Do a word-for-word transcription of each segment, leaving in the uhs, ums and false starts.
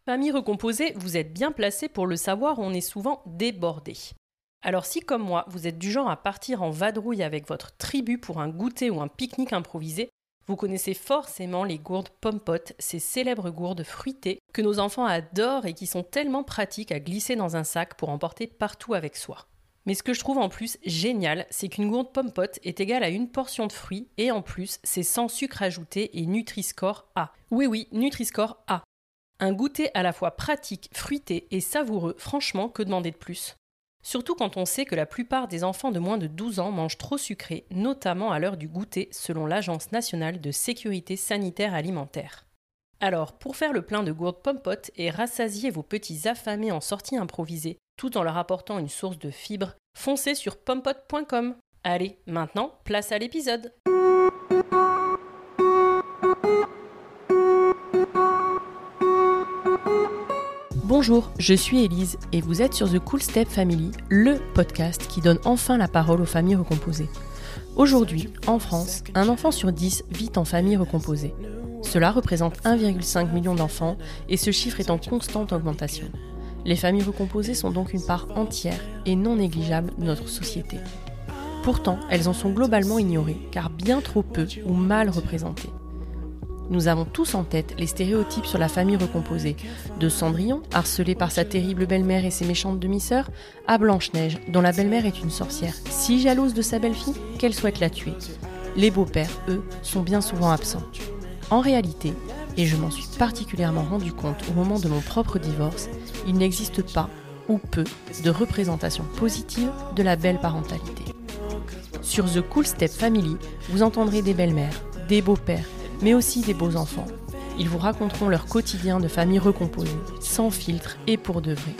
Famille recomposée, vous êtes bien placé pour le savoir, on est souvent débordé. Alors si comme moi, vous êtes du genre à partir en vadrouille avec votre tribu pour un goûter ou un pique-nique improvisé, vous connaissez forcément les gourdes Pom'Pot, ces célèbres gourdes fruitées que nos enfants adorent et qui sont tellement pratiques à glisser dans un sac pour emporter partout avec soi. Mais ce que je trouve en plus génial, c'est qu'une gourde Pom'Pot est égale à une portion de fruits et en plus, c'est sans sucre ajouté et Nutri-Score A. Oui oui, Nutri-Score A. Un goûter à la fois pratique, fruité et savoureux, franchement, que demander de plus ? Surtout quand on sait que la plupart des enfants de moins de douze ans mangent trop sucré, notamment à l'heure du goûter, selon l'Agence nationale de sécurité sanitaire alimentaire. Alors, pour faire le plein de gourdes Pom'Pot et rassasier vos petits affamés en sortie improvisée, tout en leur apportant une source de fibres, foncez sur pompot point com. Allez, maintenant, place à l'épisode. Bonjour, je suis Élise et vous êtes sur The Cool Step Family, le podcast qui donne enfin la parole aux familles recomposées. Aujourd'hui, en France, un enfant sur dix vit en famille recomposée. Cela représente un virgule cinq million d'enfants et ce chiffre est en constante augmentation. Les familles recomposées sont donc une part entière et non négligeable de notre société. Pourtant, elles en sont globalement ignorées car bien trop peu ou mal représentées. Nous avons tous en tête les stéréotypes sur la famille recomposée, de Cendrillon, harcelé par sa terrible belle-mère et ses méchantes demi-sœurs, à Blanche-Neige, dont la belle-mère est une sorcière si jalouse de sa belle-fille qu'elle souhaite la tuer. Les beaux-pères, eux, sont bien souvent absents. En réalité, et je m'en suis particulièrement rendu compte au moment de mon propre divorce, il n'existe pas, ou peu, de représentation positive de la belle parentalité. Sur The Cool Step Family, vous entendrez des belles-mères, des beaux-pères, mais aussi des beaux enfants. Ils vous raconteront leur quotidien de famille recomposée, sans filtre et pour de vrai.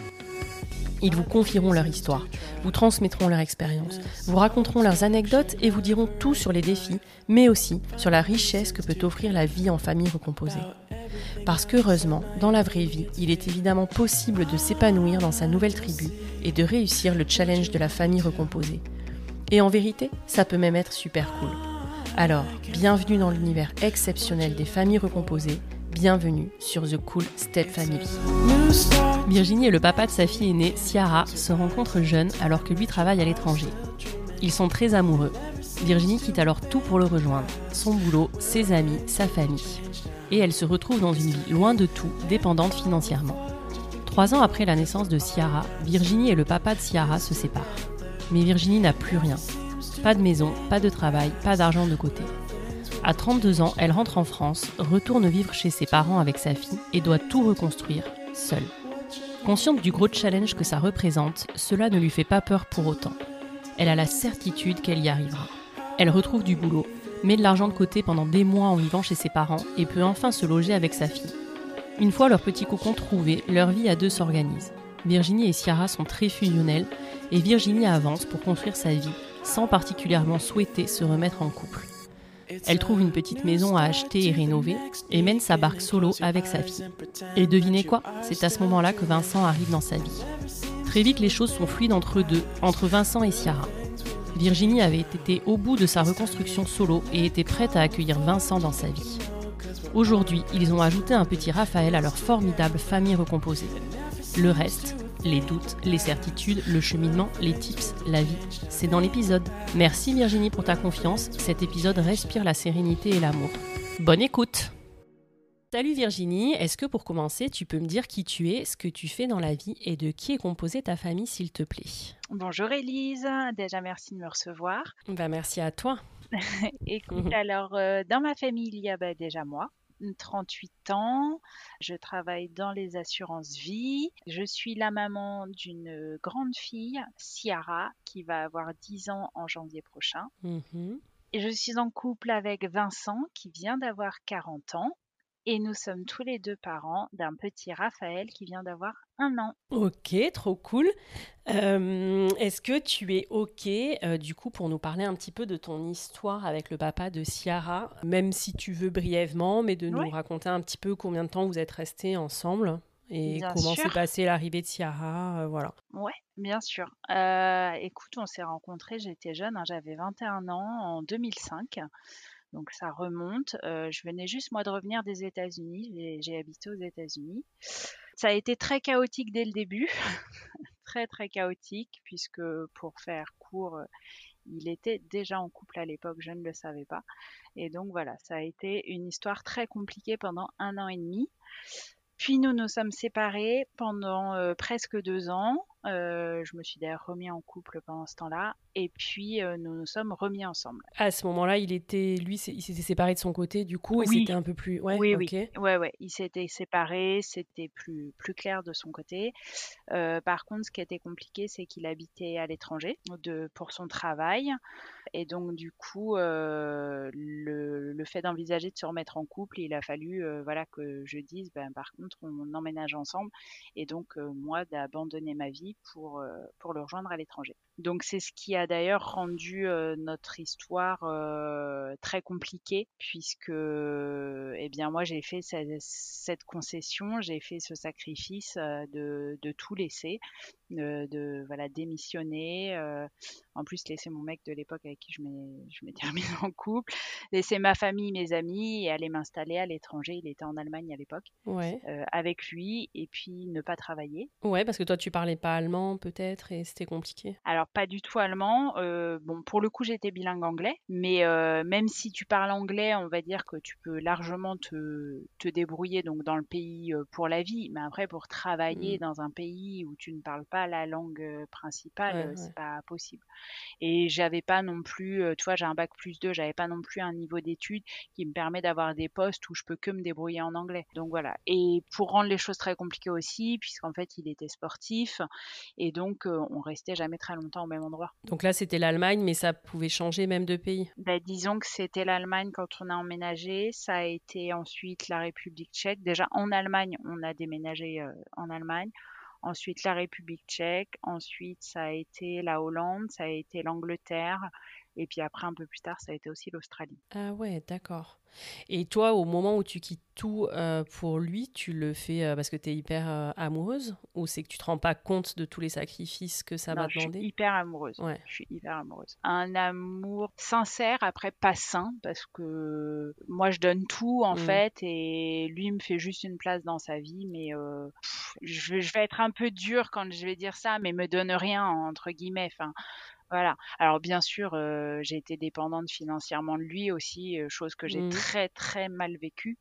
Ils vous confieront leur histoire, vous transmettront leur expérience, vous raconteront leurs anecdotes et vous diront tout sur les défis, mais aussi sur la richesse que peut offrir la vie en famille recomposée. Parce qu'heureusement, dans la vraie vie, il est évidemment possible de s'épanouir dans sa nouvelle tribu et de réussir le challenge de la famille recomposée. Et en vérité, ça peut même être super cool. Alors, bienvenue dans l'univers exceptionnel des familles recomposées, bienvenue sur The Cool Step Family. Virginie et le papa de sa fille aînée, Ciara, se rencontrent jeunes alors que lui travaille à l'étranger. Ils sont très amoureux. Virginie quitte alors tout pour le rejoindre, son boulot, ses amis, sa famille. Et elle se retrouve dans une vie loin de tout, dépendante financièrement. Trois ans après la naissance de Ciara, Virginie et le papa de Ciara se séparent. Mais Virginie n'a plus rien. Pas de maison, pas de travail, pas d'argent de côté. À trente-deux ans, elle rentre en France, retourne vivre chez ses parents avec sa fille et doit tout reconstruire, seule. Consciente du gros challenge que ça représente, cela ne lui fait pas peur pour autant. Elle a la certitude qu'elle y arrivera. Elle retrouve du boulot, met de l'argent de côté pendant des mois en vivant chez ses parents et peut enfin se loger avec sa fille. Une fois leur petit cocon trouvé, leur vie à deux s'organise. Virginie et Ciara sont très fusionnelles et Virginie avance pour construire sa vie sans particulièrement souhaiter se remettre en couple. Elle trouve une petite maison à acheter et rénover et mène sa barque solo avec sa fille. Et devinez quoi ? C'est à ce moment-là que Vincent arrive dans sa vie. Très vite, les choses sont fluides entre eux deux, entre Vincent et Ciara. Virginie avait été au bout de sa reconstruction solo et était prête à accueillir Vincent dans sa vie. Aujourd'hui, ils ont ajouté un petit Raphaël à leur formidable famille recomposée. Le reste, les doutes, les certitudes, le cheminement, les tips, la vie, c'est dans l'épisode. Merci Virginie pour ta confiance, cet épisode respire la sérénité et l'amour. Bonne écoute! Salut Virginie, est-ce que pour commencer, tu peux me dire qui tu es, ce que tu fais dans la vie et de qui est composée ta famille s'il te plaît? Bonjour Élise, déjà merci de me recevoir. Ben, merci à toi. Écoute, alors euh, dans ma famille, il y a bah, déjà moi. trente-huit ans, je travaille dans les assurances vie. Je suis la maman d'une grande fille, Ciara, qui va avoir dix ans en janvier prochain. Mm-hmm. Et je suis en couple avec Vincent, qui vient d'avoir quarante ans. Et nous sommes tous les deux parents d'un petit Raphaël qui vient d'avoir un an. Ok, trop cool. Euh, est-ce que tu es ok, euh, du coup, pour nous parler un petit peu de ton histoire avec le papa de Ciara, même si tu veux brièvement, mais de nous Ouais, raconter un petit peu combien de temps vous êtes restés ensemble et bien comment s'est sûr. passée l'arrivée de Ciara, euh, voilà. Ouais, bien sûr. Heu, écoute, on s'est rencontrés, j'étais jeune, hein, j'avais vingt et un ans en deux mille cinq, donc ça remonte. Heu, je venais juste moi de revenir des États-Unis, j'ai j'ai habité aux États-Unis. Ça a été très chaotique dès le début, très très chaotique, puisque pour faire court, euh, il était déjà en couple à l'époque, je ne le savais pas. Et donc voilà, ça a été une histoire très compliquée pendant un an et demi. Puis nous nous sommes séparés pendant euh, presque deux ans. Euh, je me suis d'ailleurs remis en couple pendant ce temps-là. Et puis euh, nous nous sommes remis ensemble. À ce moment-là, il était, lui, c'est- il s'était séparé de son côté, du coup, et Oui, c'était un peu plus. Ouais, oui, oui. ok. Ouais, ouais. Ils s'étaient séparés, c'était plus, plus clair de son côté. Euh, par contre, ce qui était compliqué, c'est qu'il habitait à l'étranger de, pour son travail. Et donc, du coup, euh, le, le fait d'envisager de se remettre en couple, il a fallu euh, voilà, que je dise, ben, par contre, on emménage ensemble. Et donc, euh, moi, d'abandonner ma vie pour, euh, pour le rejoindre à l'étranger. Donc, c'est ce qui a d'ailleurs rendu euh, notre histoire euh, très compliquée, puisque eh bien, moi, j'ai fait cette, cette concession, j'ai fait ce sacrifice euh, de, de tout laisser, de, de voilà, démissionner. Euh, en plus, laisser mon mec de l'époque avec qui je m'ai- je m'étais remise en couple, laisser ma famille, mes amis et aller m'installer à l'étranger. Il était en Allemagne à l'époque, Ouais. euh, avec lui, et puis ne pas travailler. Ouais, parce que toi, tu parlais pas allemand, peut-être, et c'était compliqué. Alors, pas du tout allemand. Euh, bon, pour le coup, j'étais bilingue anglais, mais euh, même si tu parles anglais, on va dire que tu peux largement te, te débrouiller donc dans le pays euh, pour la vie. Mais après, pour travailler Hmm. dans un pays où tu ne parles pas la langue euh, principale, Ouais, euh, ouais. c'est pas possible. Et j'avais pas non plus, euh, tu vois, j'ai un bac plus deux, j'avais pas non plus un niveau d'études qui me permet d'avoir des postes où je peux que me débrouiller en anglais. Donc voilà. Et pour rendre les choses très compliquées aussi, puisqu'en fait, il était sportif, et donc euh, on restait jamais très longtemps au même endroit. Donc là, c'était l'Allemagne, mais ça pouvait changer même de pays. Ben, disons que c'était l'Allemagne quand on a emménagé, ça a été ensuite la République tchèque. Déjà en Allemagne, on a déménagé euh, en Allemagne. Ensuite la République tchèque. Ensuite, ça a été la Hollande, ça a été l'Angleterre. Et puis après, un peu plus tard, ça a été aussi l'Australie. Ah ouais, d'accord. Et toi, au moment où tu quittes tout euh, pour lui, tu le fais euh, parce que tu es hyper euh, amoureuse ou c'est que tu te rends pas compte de tous les sacrifices que ça Non, va je suis demander? hyper amoureuse. Ouais. Je suis hyper amoureuse. Un amour sincère, après pas sain, parce que moi je donne tout en Mm. fait, et lui me fait juste une place dans sa vie, mais euh, pff, je, je vais être un peu dure quand je vais dire ça, mais me donne rien entre guillemets. Enfin, voilà. Alors bien sûr, euh, j'ai été dépendante financièrement de lui aussi, euh, chose que j'ai Mm. très très mal vécue.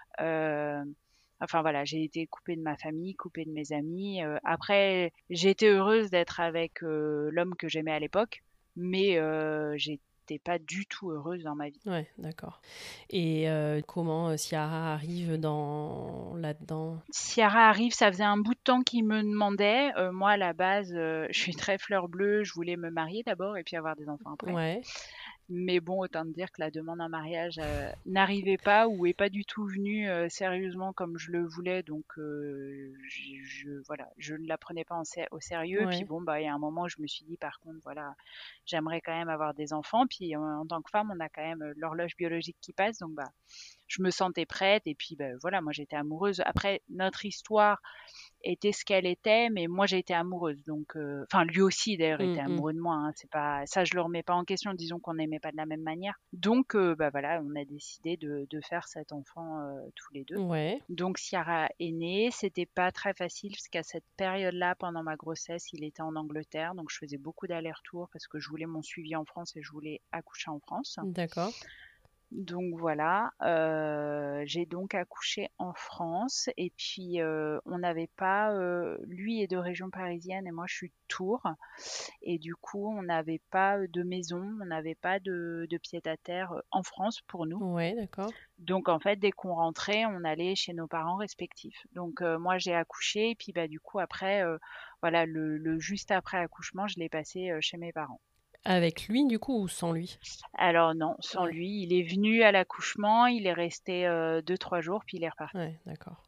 Euh, Enfin voilà, j'ai été coupée de ma famille, coupée de mes amis. Euh, après, j'ai été heureuse d'être avec euh, l'homme que j'aimais à l'époque, mais euh, j'étais pas du tout heureuse dans ma vie. Ouais, d'accord. Et euh, comment euh, Ciara arrive dans là-dedans? Ciara arrive, ça faisait un bout de temps qu'il me demandait. Euh, moi, à la base, euh, je suis très fleur bleue. Je voulais me marier d'abord et puis avoir des enfants après. Ouais, Mais bon, autant te dire que la demande en mariage euh, n'arrivait pas ou est pas du tout venue euh, sérieusement comme je le voulais. Donc, euh, je, je- voilà, je ne la prenais pas en sé- au sérieux. Puis ouais. bon, bah, il y a un moment où je me suis dit, par contre, voilà, j'aimerais quand même avoir des enfants. Puis en, en tant que femme, on a quand même euh, l'horloge biologique qui passe. Donc, bah, je me sentais prête. Et puis, bah, voilà, moi, j'étais amoureuse. Après, notre histoire était ce qu'elle était, mais moi j'ai été amoureuse. Donc, euh, enfin lui aussi d'ailleurs Mm, était mm. amoureux de moi. Hein, c'est pas ça, je le remets pas en question. Disons qu'on n'aimait pas de la même manière. Donc, euh, bah voilà, on a décidé de, de faire cet enfant euh, tous les deux. Ouais, Donc Ciara est née. C'était pas très facile parce qu'à cette période-là, pendant ma grossesse, il était en Angleterre, donc je faisais beaucoup d'allers-retours parce que je voulais mon suivi en France et je voulais accoucher en France. d'accord. Donc voilà, heu, j'ai donc accouché en France et puis, heu, on n'avait pas, heu lui est de région parisienne et moi je suis de Tours et du coup on n'avait pas de maison, on n'avait pas de de pied-à-terre, heu, en France pour nous. Ouais, d'accord. Donc en fait, dès qu'on rentrait, on allait chez nos parents respectifs. Donc, heu, moi j'ai accouché et puis, bah, du coup après, heu, voilà le le juste après accouchement, je l'ai passé, heu, chez mes parents. Avec lui, du coup, ou sans lui? Alors non, sans Ouais, lui, il est venu à l'accouchement, il est resté euh, deux trois jours, puis il est reparti. ouais, d'accord.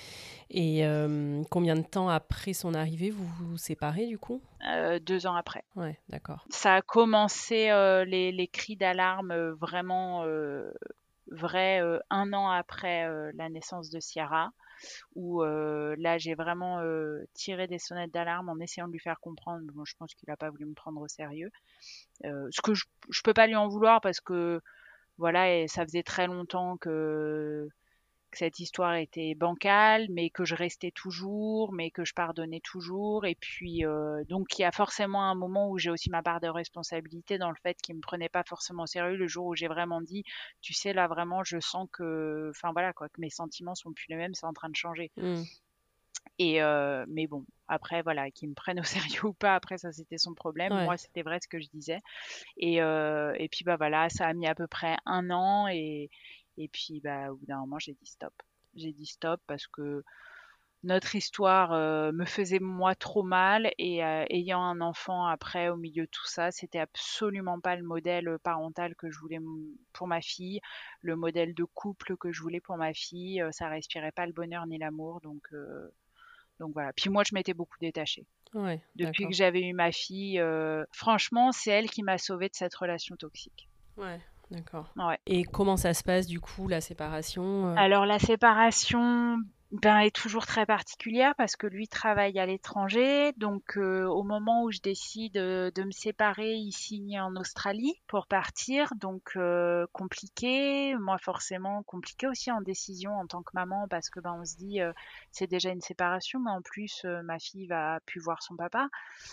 Et euh, combien de temps après son arrivée vous vous séparez, du coup? Euh, deux ans après. Ouais, d'accord. Ça a commencé euh, les, les cris d'alarme euh, vraiment euh, vrais euh, un an après euh, la naissance de Ciara, où euh, là j'ai vraiment euh, tiré des sonnettes d'alarme en essayant de lui faire comprendre. Bon, je pense qu'il n'a pas voulu me prendre au sérieux. Euh, ce que je, je peux pas lui en vouloir parce que voilà, et ça faisait très longtemps que que cette histoire était bancale, mais que je restais toujours, mais que je pardonnais toujours. Et puis, euh, donc, il y a forcément un moment où j'ai aussi ma part de responsabilité dans le fait qu'il me prenait pas forcément au sérieux le jour où j'ai vraiment dit, tu sais, là, vraiment, je sens que, enfin, voilà, quoi, que mes sentiments sont plus les mêmes, c'est en train de changer. Mm. Et euh, mais bon, après, voilà, qu'il me prenne au sérieux ou pas, après, ça, c'était son problème. Ouais. Moi, c'était vrai ce que je disais. Et, euh, et puis, bah voilà, ça a mis à peu près un an. Et, et puis, bah, au bout d'un moment, j'ai dit stop. J'ai dit stop parce que notre histoire euh, me faisait moi trop mal. Et euh, ayant un enfant après, au milieu de tout ça, c'était absolument pas le modèle parental que je voulais m- pour ma fille, le modèle de couple que je voulais pour ma fille. Euh, ça respirait pas le bonheur ni l'amour. Donc, euh, donc voilà. Puis moi, je m'étais beaucoup détachée. Ouais, Depuis que d'accord. j'avais eu ma fille, euh, franchement, c'est elle qui m'a sauvée de cette relation toxique. Ouais, d'accord. Ouais. Et comment ça se passe du coup, la séparation euh Alors la séparation, ben, est toujours très particulière parce que lui travaille à l'étranger. Donc euh, au moment où je décide euh, de me séparer, il signe en Australie pour partir. Donc euh, compliqué. Moi forcément compliqué aussi en décision en tant que maman parce que ben on se dit euh, c'est déjà une séparation, mais en plus euh, ma fille va plus voir son papa.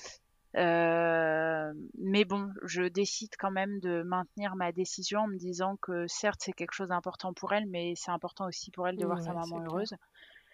Euh, mais bon, je décide quand même de maintenir ma décision en me disant que certes c'est quelque chose d'important pour elle, mais c'est important aussi pour elle de voir Mm, sa ouais, maman c'est clair. heureuse.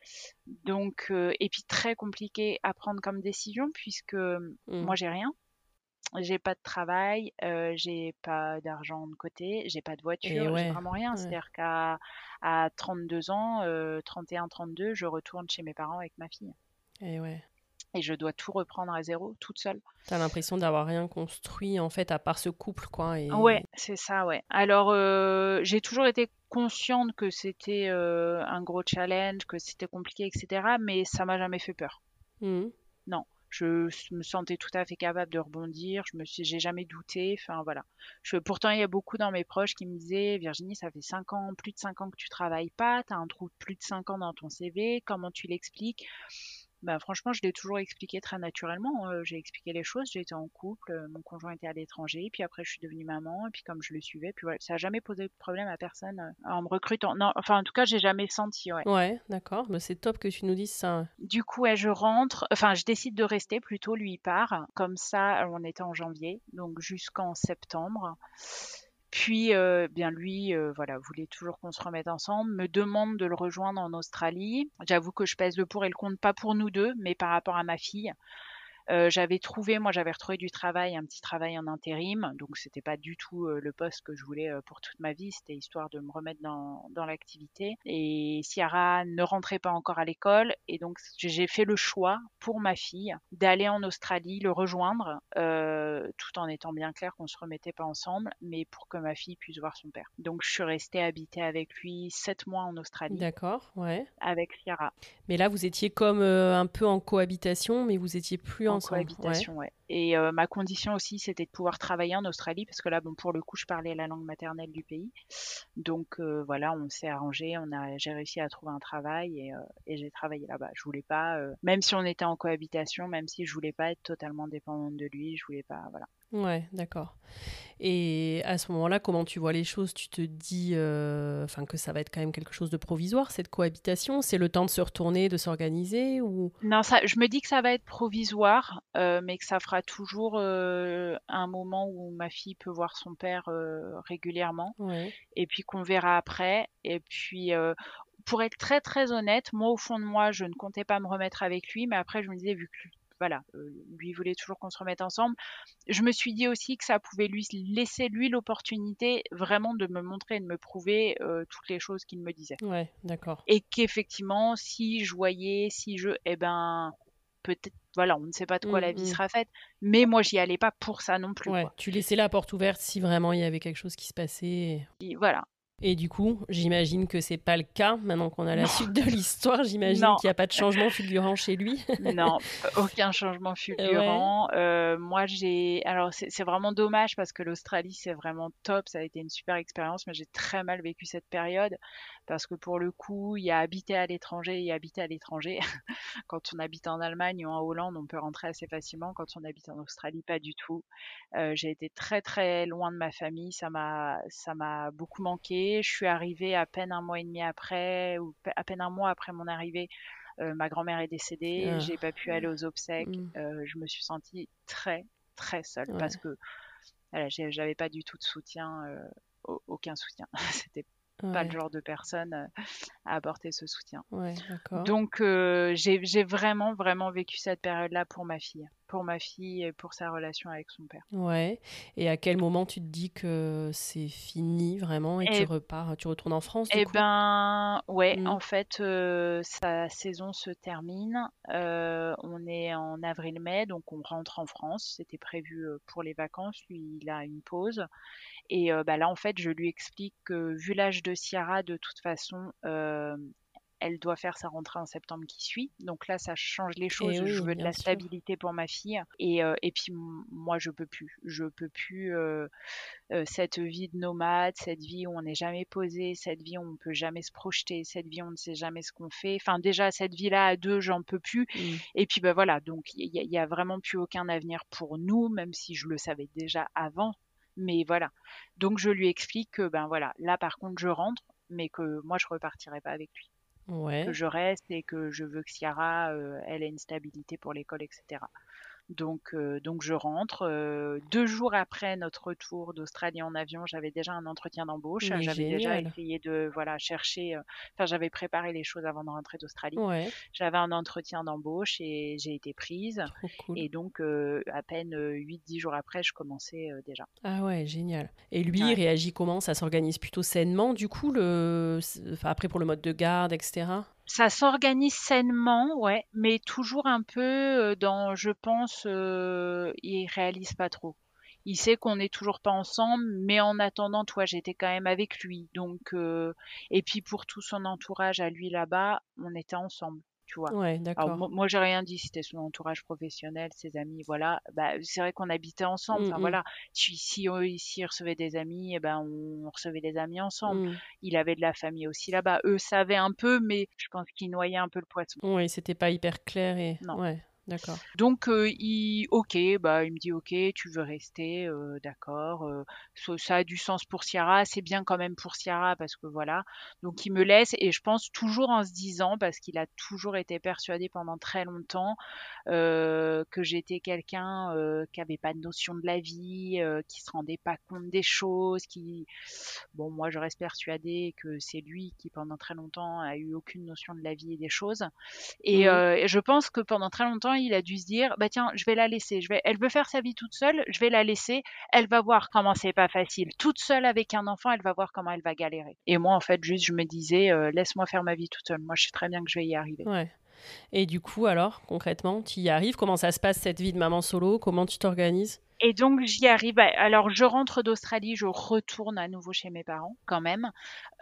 Donc, euh, et puis très compliqué à prendre comme décision puisque Mm. moi j'ai rien, j'ai pas de travail, euh, j'ai pas d'argent de côté, j'ai pas de Et voiture, j'ai ouais, vraiment rien. ouais. C'est-à-dire qu'à à trente-deux ans, euh, trente et un, trente-deux, je retourne chez mes parents avec ma fille Et ouais. et je dois tout reprendre à zéro toute seule. T'as l'impression d'avoir rien construit en fait à part ce couple quoi Ouais, et c'est ça, ouais. Alors, heu, j'ai toujours été consciente que c'était, heu, un gros challenge, que c'était compliqué et cetera, mais ça m'a jamais fait peur. Mm. Non, je s me sentais tout à fait capable de rebondir, je me suis j'ai jamais douté, enfin voilà. Je pourtant, il y a beaucoup dans mes proches qui me disaient: «Virginie, ça fait cinq ans, plus de cinq ans que tu travailles pas, tu as un trou de plus de cinq ans dans ton C V, comment tu l'expliques?» Bah, franchement, je l'ai toujours expliqué très naturellement, heu, j'ai expliqué les choses, j'étais en couple, heu, mon conjoint était à l'étranger, puis après je suis devenue maman et puis comme je le suivais, puis voilà, ça a jamais posé de problème à personne, heu, en me recrutant. Non, enfin en tout cas, j'ai jamais senti, ouais. Ouais, d'accord. Bah, c'est top que tu nous dises ça. Du coup, ouais, je rentre, enfin je décide de rester plutôt, lui il part. Comme ça, on était en janvier, donc jusqu'en septembre. Puis, heu, bien lui, heu, voilà, voulait toujours qu'on se remette ensemble, me demande de le rejoindre en Australie. J'avoue que je pèse le pour et le contre, pas pour nous deux, mais par rapport à ma fille. Heu, j'avais trouvé moi, j'avais retrouvé du travail, un petit travail en intérim, donc c'était pas du tout, heu, le poste que je voulais, heu, pour toute ma vie. C'était histoire de me remettre dans dans l'activité et Ciara ne rentrait pas encore à l'école et donc j'ai j'ai fait le choix pour ma fille d'aller en Australie, le rejoindre, heu, tout en étant bien clair qu'on se remettait pas ensemble, mais pour que ma fille puisse voir son père. Donc je suis restée habiter avec lui sept mois en Australie, D'accord, ouais. avec Ciara. Mais là, vous étiez comme euh, un peu en cohabitation, mais vous étiez plus En ensemble, ouais. cohabitation, ouais. Et heu, ma condition aussi, c'était de pouvoir travailler en Australie parce que là, bon, pour le coup, je parlais la langue maternelle du pays. Donc heu, voilà, on s'est arrangé, on a j'ai réussi à trouver un travail et heu et j'ai travaillé là-bas. Je voulais pas, heu, même si on était en cohabitation, même si je voulais pas être totalement dépendante de lui, je voulais pas, voilà. Ouais, d'accord. Et à ce moment-là, comment tu vois les choses? Tu te dis euh, enfin, que ça va être quand même quelque chose de provisoire, cette cohabitation? C'est le temps de se retourner, de s'organiser ou... Non, ça je me dis que ça va être provisoire, heu, mais que ça fera toujours, heu, un moment où ma fille peut voir son père, heu, régulièrement. Ouais, Et puis qu'on verra après. Et puis, euh, pour être très très honnête, moi au fond de moi, je ne comptais pas me remettre avec lui, mais après je me disais, vu que lui, voilà, euh, lui voulait toujours qu'on se remette ensemble, je me suis dit aussi que ça pouvait lui laisser lui l'opportunité vraiment de me montrer et de me prouver euh, toutes les choses qu'il me disait. ouais, d'accord. Et qu'effectivement, si je voyais, si je, eh ben, peut-être, voilà, on ne sait pas de quoi Hum, la vie hum. sera faite, mais moi j'y allais pas pour ça non plus, Ouais, quoi. tu laissais la porte ouverte si vraiment il y avait quelque chose qui se passait. Et voilà. Et du coup, j'imagine que c'est pas le cas. Maintenant qu'on a la Non, suite de l'histoire, j'imagine non. qu'il n'y a pas de changement fulgurant chez lui. Non, aucun changement Ouais, fulgurant. Heu, moi, j'ai alors c'est c'est vraiment dommage parce que l'Australie, c'est vraiment top, ça a été une super expérience, mais j'ai très mal vécu cette période parce que pour le coup, il y a habité à l'étranger et habiter à l'étranger. Quand on habite en Allemagne ou en Hollande, on peut rentrer assez facilement. Quand on habite en Australie, pas du tout. Heu, j'ai été très, très loin de ma famille, ça m'a ça m'a beaucoup manqué décédée. Je suis arrivée à peine un mois et demi après, ou pe- à peine un mois après mon arrivée. Euh, ma grand-mère est décédée. Ah, J'ai pas pu aller aux obsèques. mm, Euh, je me suis sentie très, très seule parce ouais, que voilà, j'ai- j'avais pas du tout de soutien, euh, au- aucun soutien. C'était pas le ouais, genre de personne euh, à apporter ce soutien. ouais, d'accord. Donc, euh, j'ai, j'ai vraiment, vraiment vécu cette période-là pour ma fille, pour ma fille et pour sa relation avec son père. Ouais. Et à quel moment tu te dis que c'est fini vraiment et tu Et, repars, tu retournes en France du eh coup? ben, ouais, Mm. en fait, euh, sa saison se termine. Euh, on est en avril-mai, donc on rentre en France. C'était prévu euh, pour les vacances. Lui, il a une pause. Et euh, bah là, en fait, je lui explique que vu l'âge de Ciara, de toute façon, euh, elle doit faire sa rentrée en septembre qui suit. Donc là, ça change les Et choses. Je oui, veux de bien la sûr. stabilité pour ma fille. Et, euh, et puis, m- moi, je peux plus. Je peux plus euh, euh, cette vie de nomade, cette vie où on n'est jamais posé, cette vie où on peut jamais se projeter, cette vie où on ne sait jamais ce qu'on fait. Enfin, déjà, cette vie-là à deux, j'en peux plus. Mm. Et puis, ben voilà. Donc, il y, a- il y a vraiment plus aucun avenir pour nous, même si je le savais déjà avant. Mais voilà. Donc, je lui explique que, ben voilà, là, par contre, je rentre, mais que moi, je repartirai pas avec lui, que Ouais. je reste et que je veux que Ciara, euh, elle ait une stabilité pour l'école, et cetera. Donc, euh, donc je rentre. Euh, deux jours après notre retour d'Australie en avion, j'avais déjà un entretien d'embauche. Mais J'avais déjà génial. essayé de voilà chercher. euh, Enfin, j'avais préparé les choses avant de rentrer d'Australie. Ouais, J'avais un entretien d'embauche et j'ai été prise. trop cool. Et donc, euh, à peine euh, huit dix jours après, je commençais euh, déjà. Ah ouais, génial. Et lui, il Ouais. réagit comment? Ça s'organise plutôt sainement, du coup, le... enfin, après pour le mode de garde, et cetera. Ça s'organise sainement, ouais, mais toujours un peu euh, dans, je pense, euh, il réalise pas trop. Il sait qu'on n'est toujours pas ensemble, mais en attendant, toi, j'étais quand même avec lui. Donc, euh, et puis pour tout son entourage à lui là-bas, on était ensemble, tu vois. Ouais, Alors mo- d'accord. moi, j'ai rien dit, c'était son entourage professionnel, ses amis, voilà. Bah, c'est vrai qu'on habitait ensemble. Mm, Enfin mm, voilà, si si euh, ici il recevait des amis, eh ben on recevait des amis ensemble. mm. Il avait de la famille aussi là-bas. Eux savaient un peu, mais je pense qu'ils noyaient un peu le poisson. Ouais, c'était pas hyper clair et... Non. Ouais, d'accord. Donc, euh, il, ok, bah, il me dit, ok, tu veux rester, euh, d'accord. euh, ça, ça a du sens pour Ciara, c'est bien quand même pour Ciara parce que voilà. Donc, il me laisse et je pense toujours en se disant, parce qu'il a toujours été persuadé pendant très longtemps euh, que j'étais quelqu'un euh, qui avait pas de notion de la vie, euh, qui se rendait pas compte des choses, qui, bon, moi, je reste persuadée que c'est lui qui pendant très longtemps a eu aucune notion de la vie et des choses. Et, Mm. euh, et je pense que pendant très longtemps, il a dû se dire, bah tiens, je vais la laisser. Je vais, elle veut faire sa vie toute seule, je vais la laisser. Elle va voir comment c'est pas facile. Toute seule avec un enfant, elle va voir comment elle va galérer. Et moi, en fait, juste, je me disais, euh, laisse-moi faire ma vie toute seule. Moi, je sais très bien que je vais y arriver. Ouais. Et du coup, alors, concrètement, tu y arrives? Comment ça se passe cette vie de maman solo? Comment tu t'organises? Et donc j'y arrive. Bah, alors je rentre d'Australie, je retourne à nouveau chez mes parents quand même.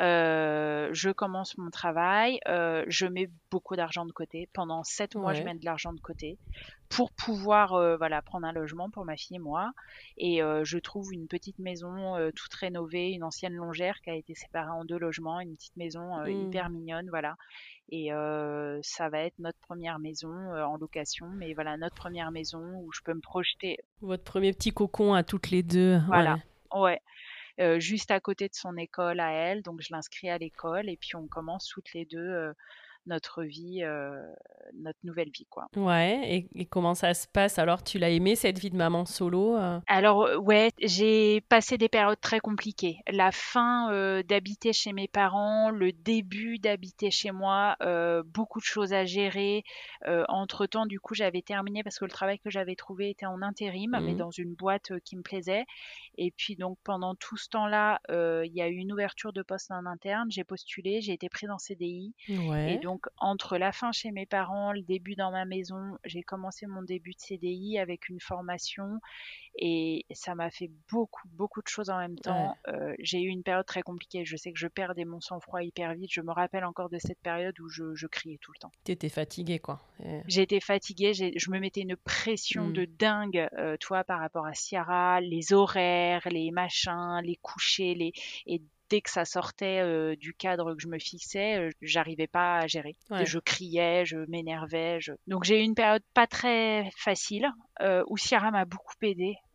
Euh, je commence mon travail, euh, je mets beaucoup d'argent de côté. Pendant sept mois, je Ouais. mets de l'argent de côté pour pouvoir euh, voilà prendre un logement pour ma fille et moi. Et euh, je trouve une petite maison euh, toute rénovée, une ancienne longère qui a été séparée en deux logements, une petite maison euh, Mm. hyper mignonne, voilà. Et euh, ça va être notre première maison euh, en location, mais voilà notre première maison où je peux me projeter. Votre premier petit cocon à toutes les deux. Voilà. Ouais. Ouais, heu, juste à côté de son école à elle, donc je l'inscris à l'école et puis on commence toutes les deux heu, notre vie, heu, notre nouvelle vie, quoi. Ouais. Et, et comment ça se passe? Alors, tu l'as aimé cette vie de maman solo? euh Alors, heu, ouais, j'ai passé des périodes très compliquées. La fin, heu, d'habiter chez mes parents, le début d'habiter chez moi, heu, beaucoup de choses à gérer. Heu, entre-temps, du coup, j'avais terminé parce que le travail que j'avais trouvé était en intérim, mais Mm. dans une boîte, heu, qui me plaisait et puis donc pendant tout ce temps-là, heu, il y a eu une ouverture de poste en interne. J'ai postulé, j'ai été prise en C D I et Ouais. donc entre la fin chez mes parents, le début dans ma maison, j'ai commencé mon début de C D I avec une formation et ça m'a fait beaucoup, beaucoup de choses en même Ouais. temps. Heu, j'ai eu une période très compliquée. Je sais que je perdais mon sang-froid hyper vite. Je me rappelle encore de cette période où je je criais tout le temps. T'étais fatiguée, quoi. Et- J'étais fatiguée, j'ai je me mettais une pression Mm. de dingue, heu, tu vois, par rapport à Ciara, les horaires, les machins, les couchers, les et dès que ça sortait, heu, du cadre que je me fixais, heu, j'arrivais pas à gérer. Ouais. Je criais, je m'énervais, je donc j'ai eu une période pas très facile, heu, où Ciara m'a beaucoup aidée.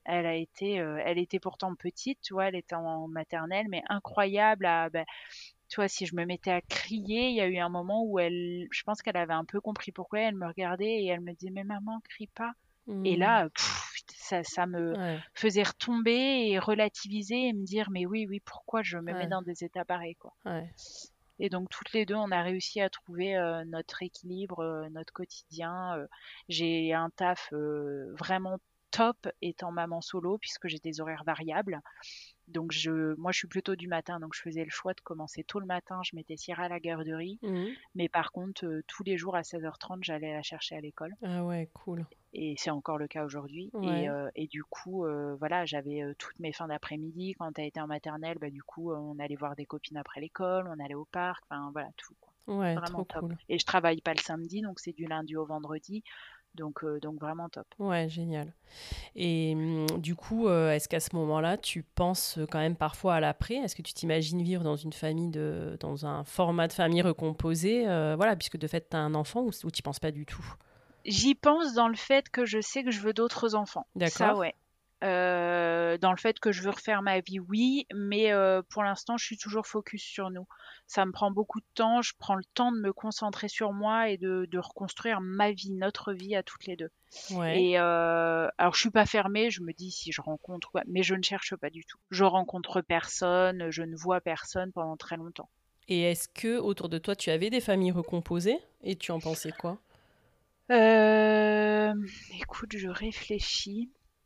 Elle a été, euh, elle était pourtant petite, tu vois, elle était en maternelle, mais incroyable à, bah, tu vois, si je me mettais à crier, il y a eu un moment où elle, je pense qu'elle avait un peu compris pourquoi, elle me regardait et elle me disait, mais maman, crie pas. Et Mmh. là, pff, ça, ça me Ouais, faisait retomber et relativiser et me dire, mais oui, oui, pourquoi je me mets ouais, dans des états pareils, quoi. ouais. Et donc toutes les deux, on a réussi à trouver euh, notre équilibre, euh, notre quotidien. Euh, j'ai un taf euh, vraiment top étant maman solo puisque j'ai des horaires variables. Donc je, moi je suis plutôt du matin, donc je faisais le choix de commencer tôt le matin. Je mettais Sierra à la garderie, Mmh. mais par contre euh, tous les jours à seize heures trente, j'allais la chercher à l'école. Ah ouais, cool. Et c'est encore le cas aujourd'hui. Et, Ouais. euh, et du coup, euh, voilà, j'avais euh, toutes mes fins d'après-midi. Quand elle était en maternelle, bah, du coup, euh, on allait voir des copines après l'école, on allait au parc, enfin voilà, tout, quoi. Ouais, Vraiment trop top. cool. Et je travaille pas le samedi, donc c'est du lundi au vendredi. Donc, euh, donc vraiment top. Ouais, génial. Et hum, du coup, euh, est-ce qu'à ce moment-là, tu penses euh, quand même parfois à l'après? Est-ce que tu t'imagines vivre dans une famille de, dans un format de famille recomposé, euh, voilà, puisque de fait, tu as un enfant ou, ou tu penses pas du tout? J'y pense dans le fait que je sais que je veux d'autres enfants. Ça, D'accord? ouais. Heu, dans le fait que je veux refaire ma vie, oui, mais heu, pour l'instant, je suis toujours focus sur nous. Ça me prend beaucoup de temps, je prends le temps de me concentrer sur moi et de de reconstruire ma vie, notre vie à toutes les deux. Ouais. Et heu, alors je suis pas fermée, je me dis si je rencontre quoi, mais je ne cherche pas du tout. Je rencontre personne, je ne vois personne pendant très longtemps. Et est-ce que autour de toi, tu avais des familles recomposées et tu en pensais quoi? Hem, écoute, je réfléchis.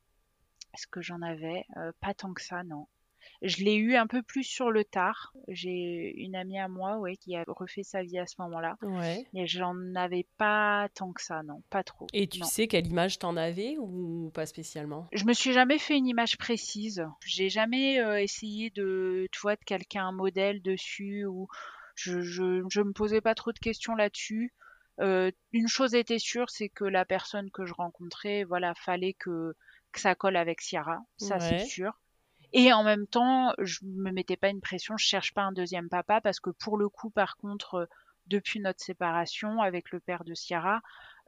Est-ce que j'en avais? Heu, pas tant que ça, non. Je l'ai eu un peu plus sur le tard. J'ai une amie à moi, ouais, qui a refait sa vie à ce moment-là, Ouais. mais j'en avais pas tant que ça, non, pas trop, Et tu non. sais quelle image t'en avais ou pas spécialement? Je me suis jamais fait une image précise. J'ai jamais euh, essayé de, tu vois, de calquer un modèle dessus ou je, je, je me posais pas trop de questions là-dessus. Euh, une chose était sûre, c'est que la personne que je rencontrais, voilà, fallait que, que ça colle avec Ciara, ça c'est Ouais. sûr. Et en même temps, je me mettais pas une pression, je cherche pas un deuxième papa parce que pour le coup, par contre, euh, depuis notre séparation avec le père de Ciara,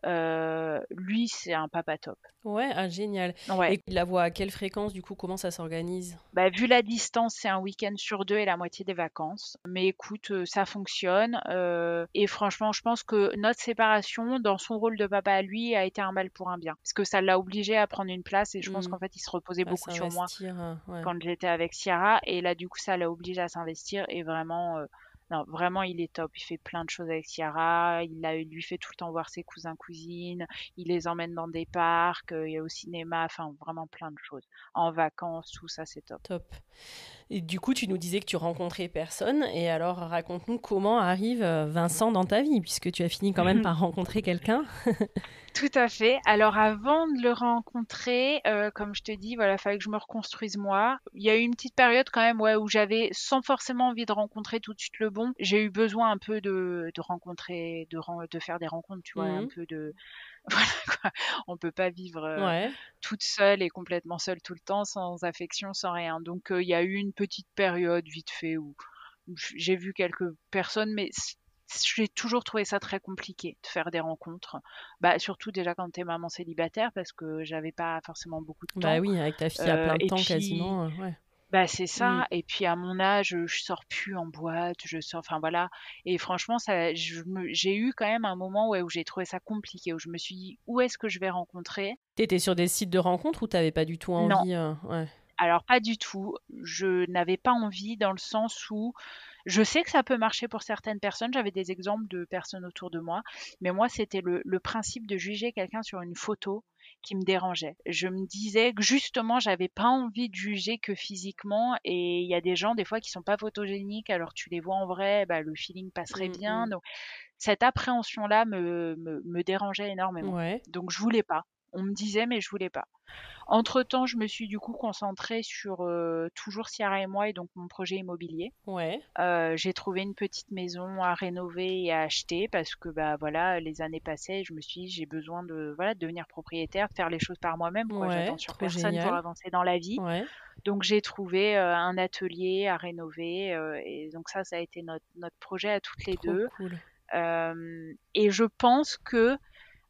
euh, lui c'est un papa top. Ouais, ah, génial. Ouais. Et tu la vois à quelle fréquence, du coup, comment ça s'organise? Bah, vu la distance, c'est un week-end sur deux et la moitié des vacances. Mais écoute, heu, ça fonctionne, heu et franchement, je pense que notre séparation, dans son rôle de papa à lui, a été un mal pour un bien. Parce que ça l'a obligé à prendre une place et je pense Hmm. qu'en fait, il se reposait À beaucoup sur moi s'investir, euh, ouais. quand j'étais avec Ciara et là, du coup, ça l'a obligé à s'investir et vraiment, heu, non, vraiment, il est top. Il fait plein de choses avec Ciara, il a lui fait tout le temps voir ses cousins-cousines, il les emmène dans des parcs, heu, et au cinéma, enfin, vraiment plein de choses. En vacances, tout ça, c'est top. Top. Et du coup, tu nous disais que tu rencontrais personne. Et alors, raconte-nous comment arrive euh, Vincent dans ta vie, puisque tu as fini quand même par rencontrer quelqu'un. Tout à fait. Alors avant de le rencontrer, heu, comme je te dis, voilà, il fallait que je me reconstruise moi. Il y a eu une petite période quand même, ouais, où j'avais sans forcément envie de rencontrer tout de suite le bon, j'ai eu besoin un peu de de rencontrer, de ren de faire des rencontres, tu vois? Un Mhm. peu de voilà quoi. On peut pas vivre, heu, Ouais. toute seule et complètement seule tout le temps, sans affection, sans rien. Donc, heu, il y a eu une petite période vite fait où où j'ai vu quelques personnes, mais c j'ai toujours trouvé ça très compliqué de faire des rencontres. Bah, surtout déjà quand tu es maman célibataire parce que j'avais pas forcément beaucoup de Bah temps, oui, avec ta fille à heu plein et temps puis quasiment. euh, ouais. bah, c'est Mm. ça et puis à mon âge, je sors plus en boîte, je sors enfin voilà et franchement ça je me j'ai eu quand même un moment, ouais, où j'ai trouvé ça compliqué, où je me suis dit: «Où est-ce que je vais rencontrer?» T'étais sur des sites de rencontres ou t'avais pas du tout Non, envie euh, ouais. alors pas du tout. Je n'avais pas envie dans le sens où je sais que ça peut marcher pour certaines personnes. J'avais des exemples de personnes autour de moi, mais moi, c'était le, le principe de juger quelqu'un sur une photo qui me dérangeait. Je me disais que justement, j'avais pas envie de juger que physiquement, et il y a des gens des fois qui sont pas photogéniques, alors tu les vois en vrai, bah, le feeling passerait Mm, bien. mm. Donc cette appréhension-là me, me, me dérangeait énormément. Ouais. Donc je voulais pas. On me disait, mais je voulais pas. Entre-temps, je me suis du coup concentrée sur euh, toujours Ciara et moi et donc mon projet immobilier. Ouais. Euh, j'ai trouvé une petite maison à rénover et à acheter parce que bah voilà, les années passaient et je me suis dit j'ai besoin de voilà de devenir propriétaire, de faire les choses par moi-même quoi. J'attends Ouais. sur Trop personne pour génial. avancer dans la vie. Ouais. Donc j'ai trouvé euh, un atelier à rénover euh, et donc ça ça a été notre notre projet à toutes les Trop deux. cool. Euh, et je pense que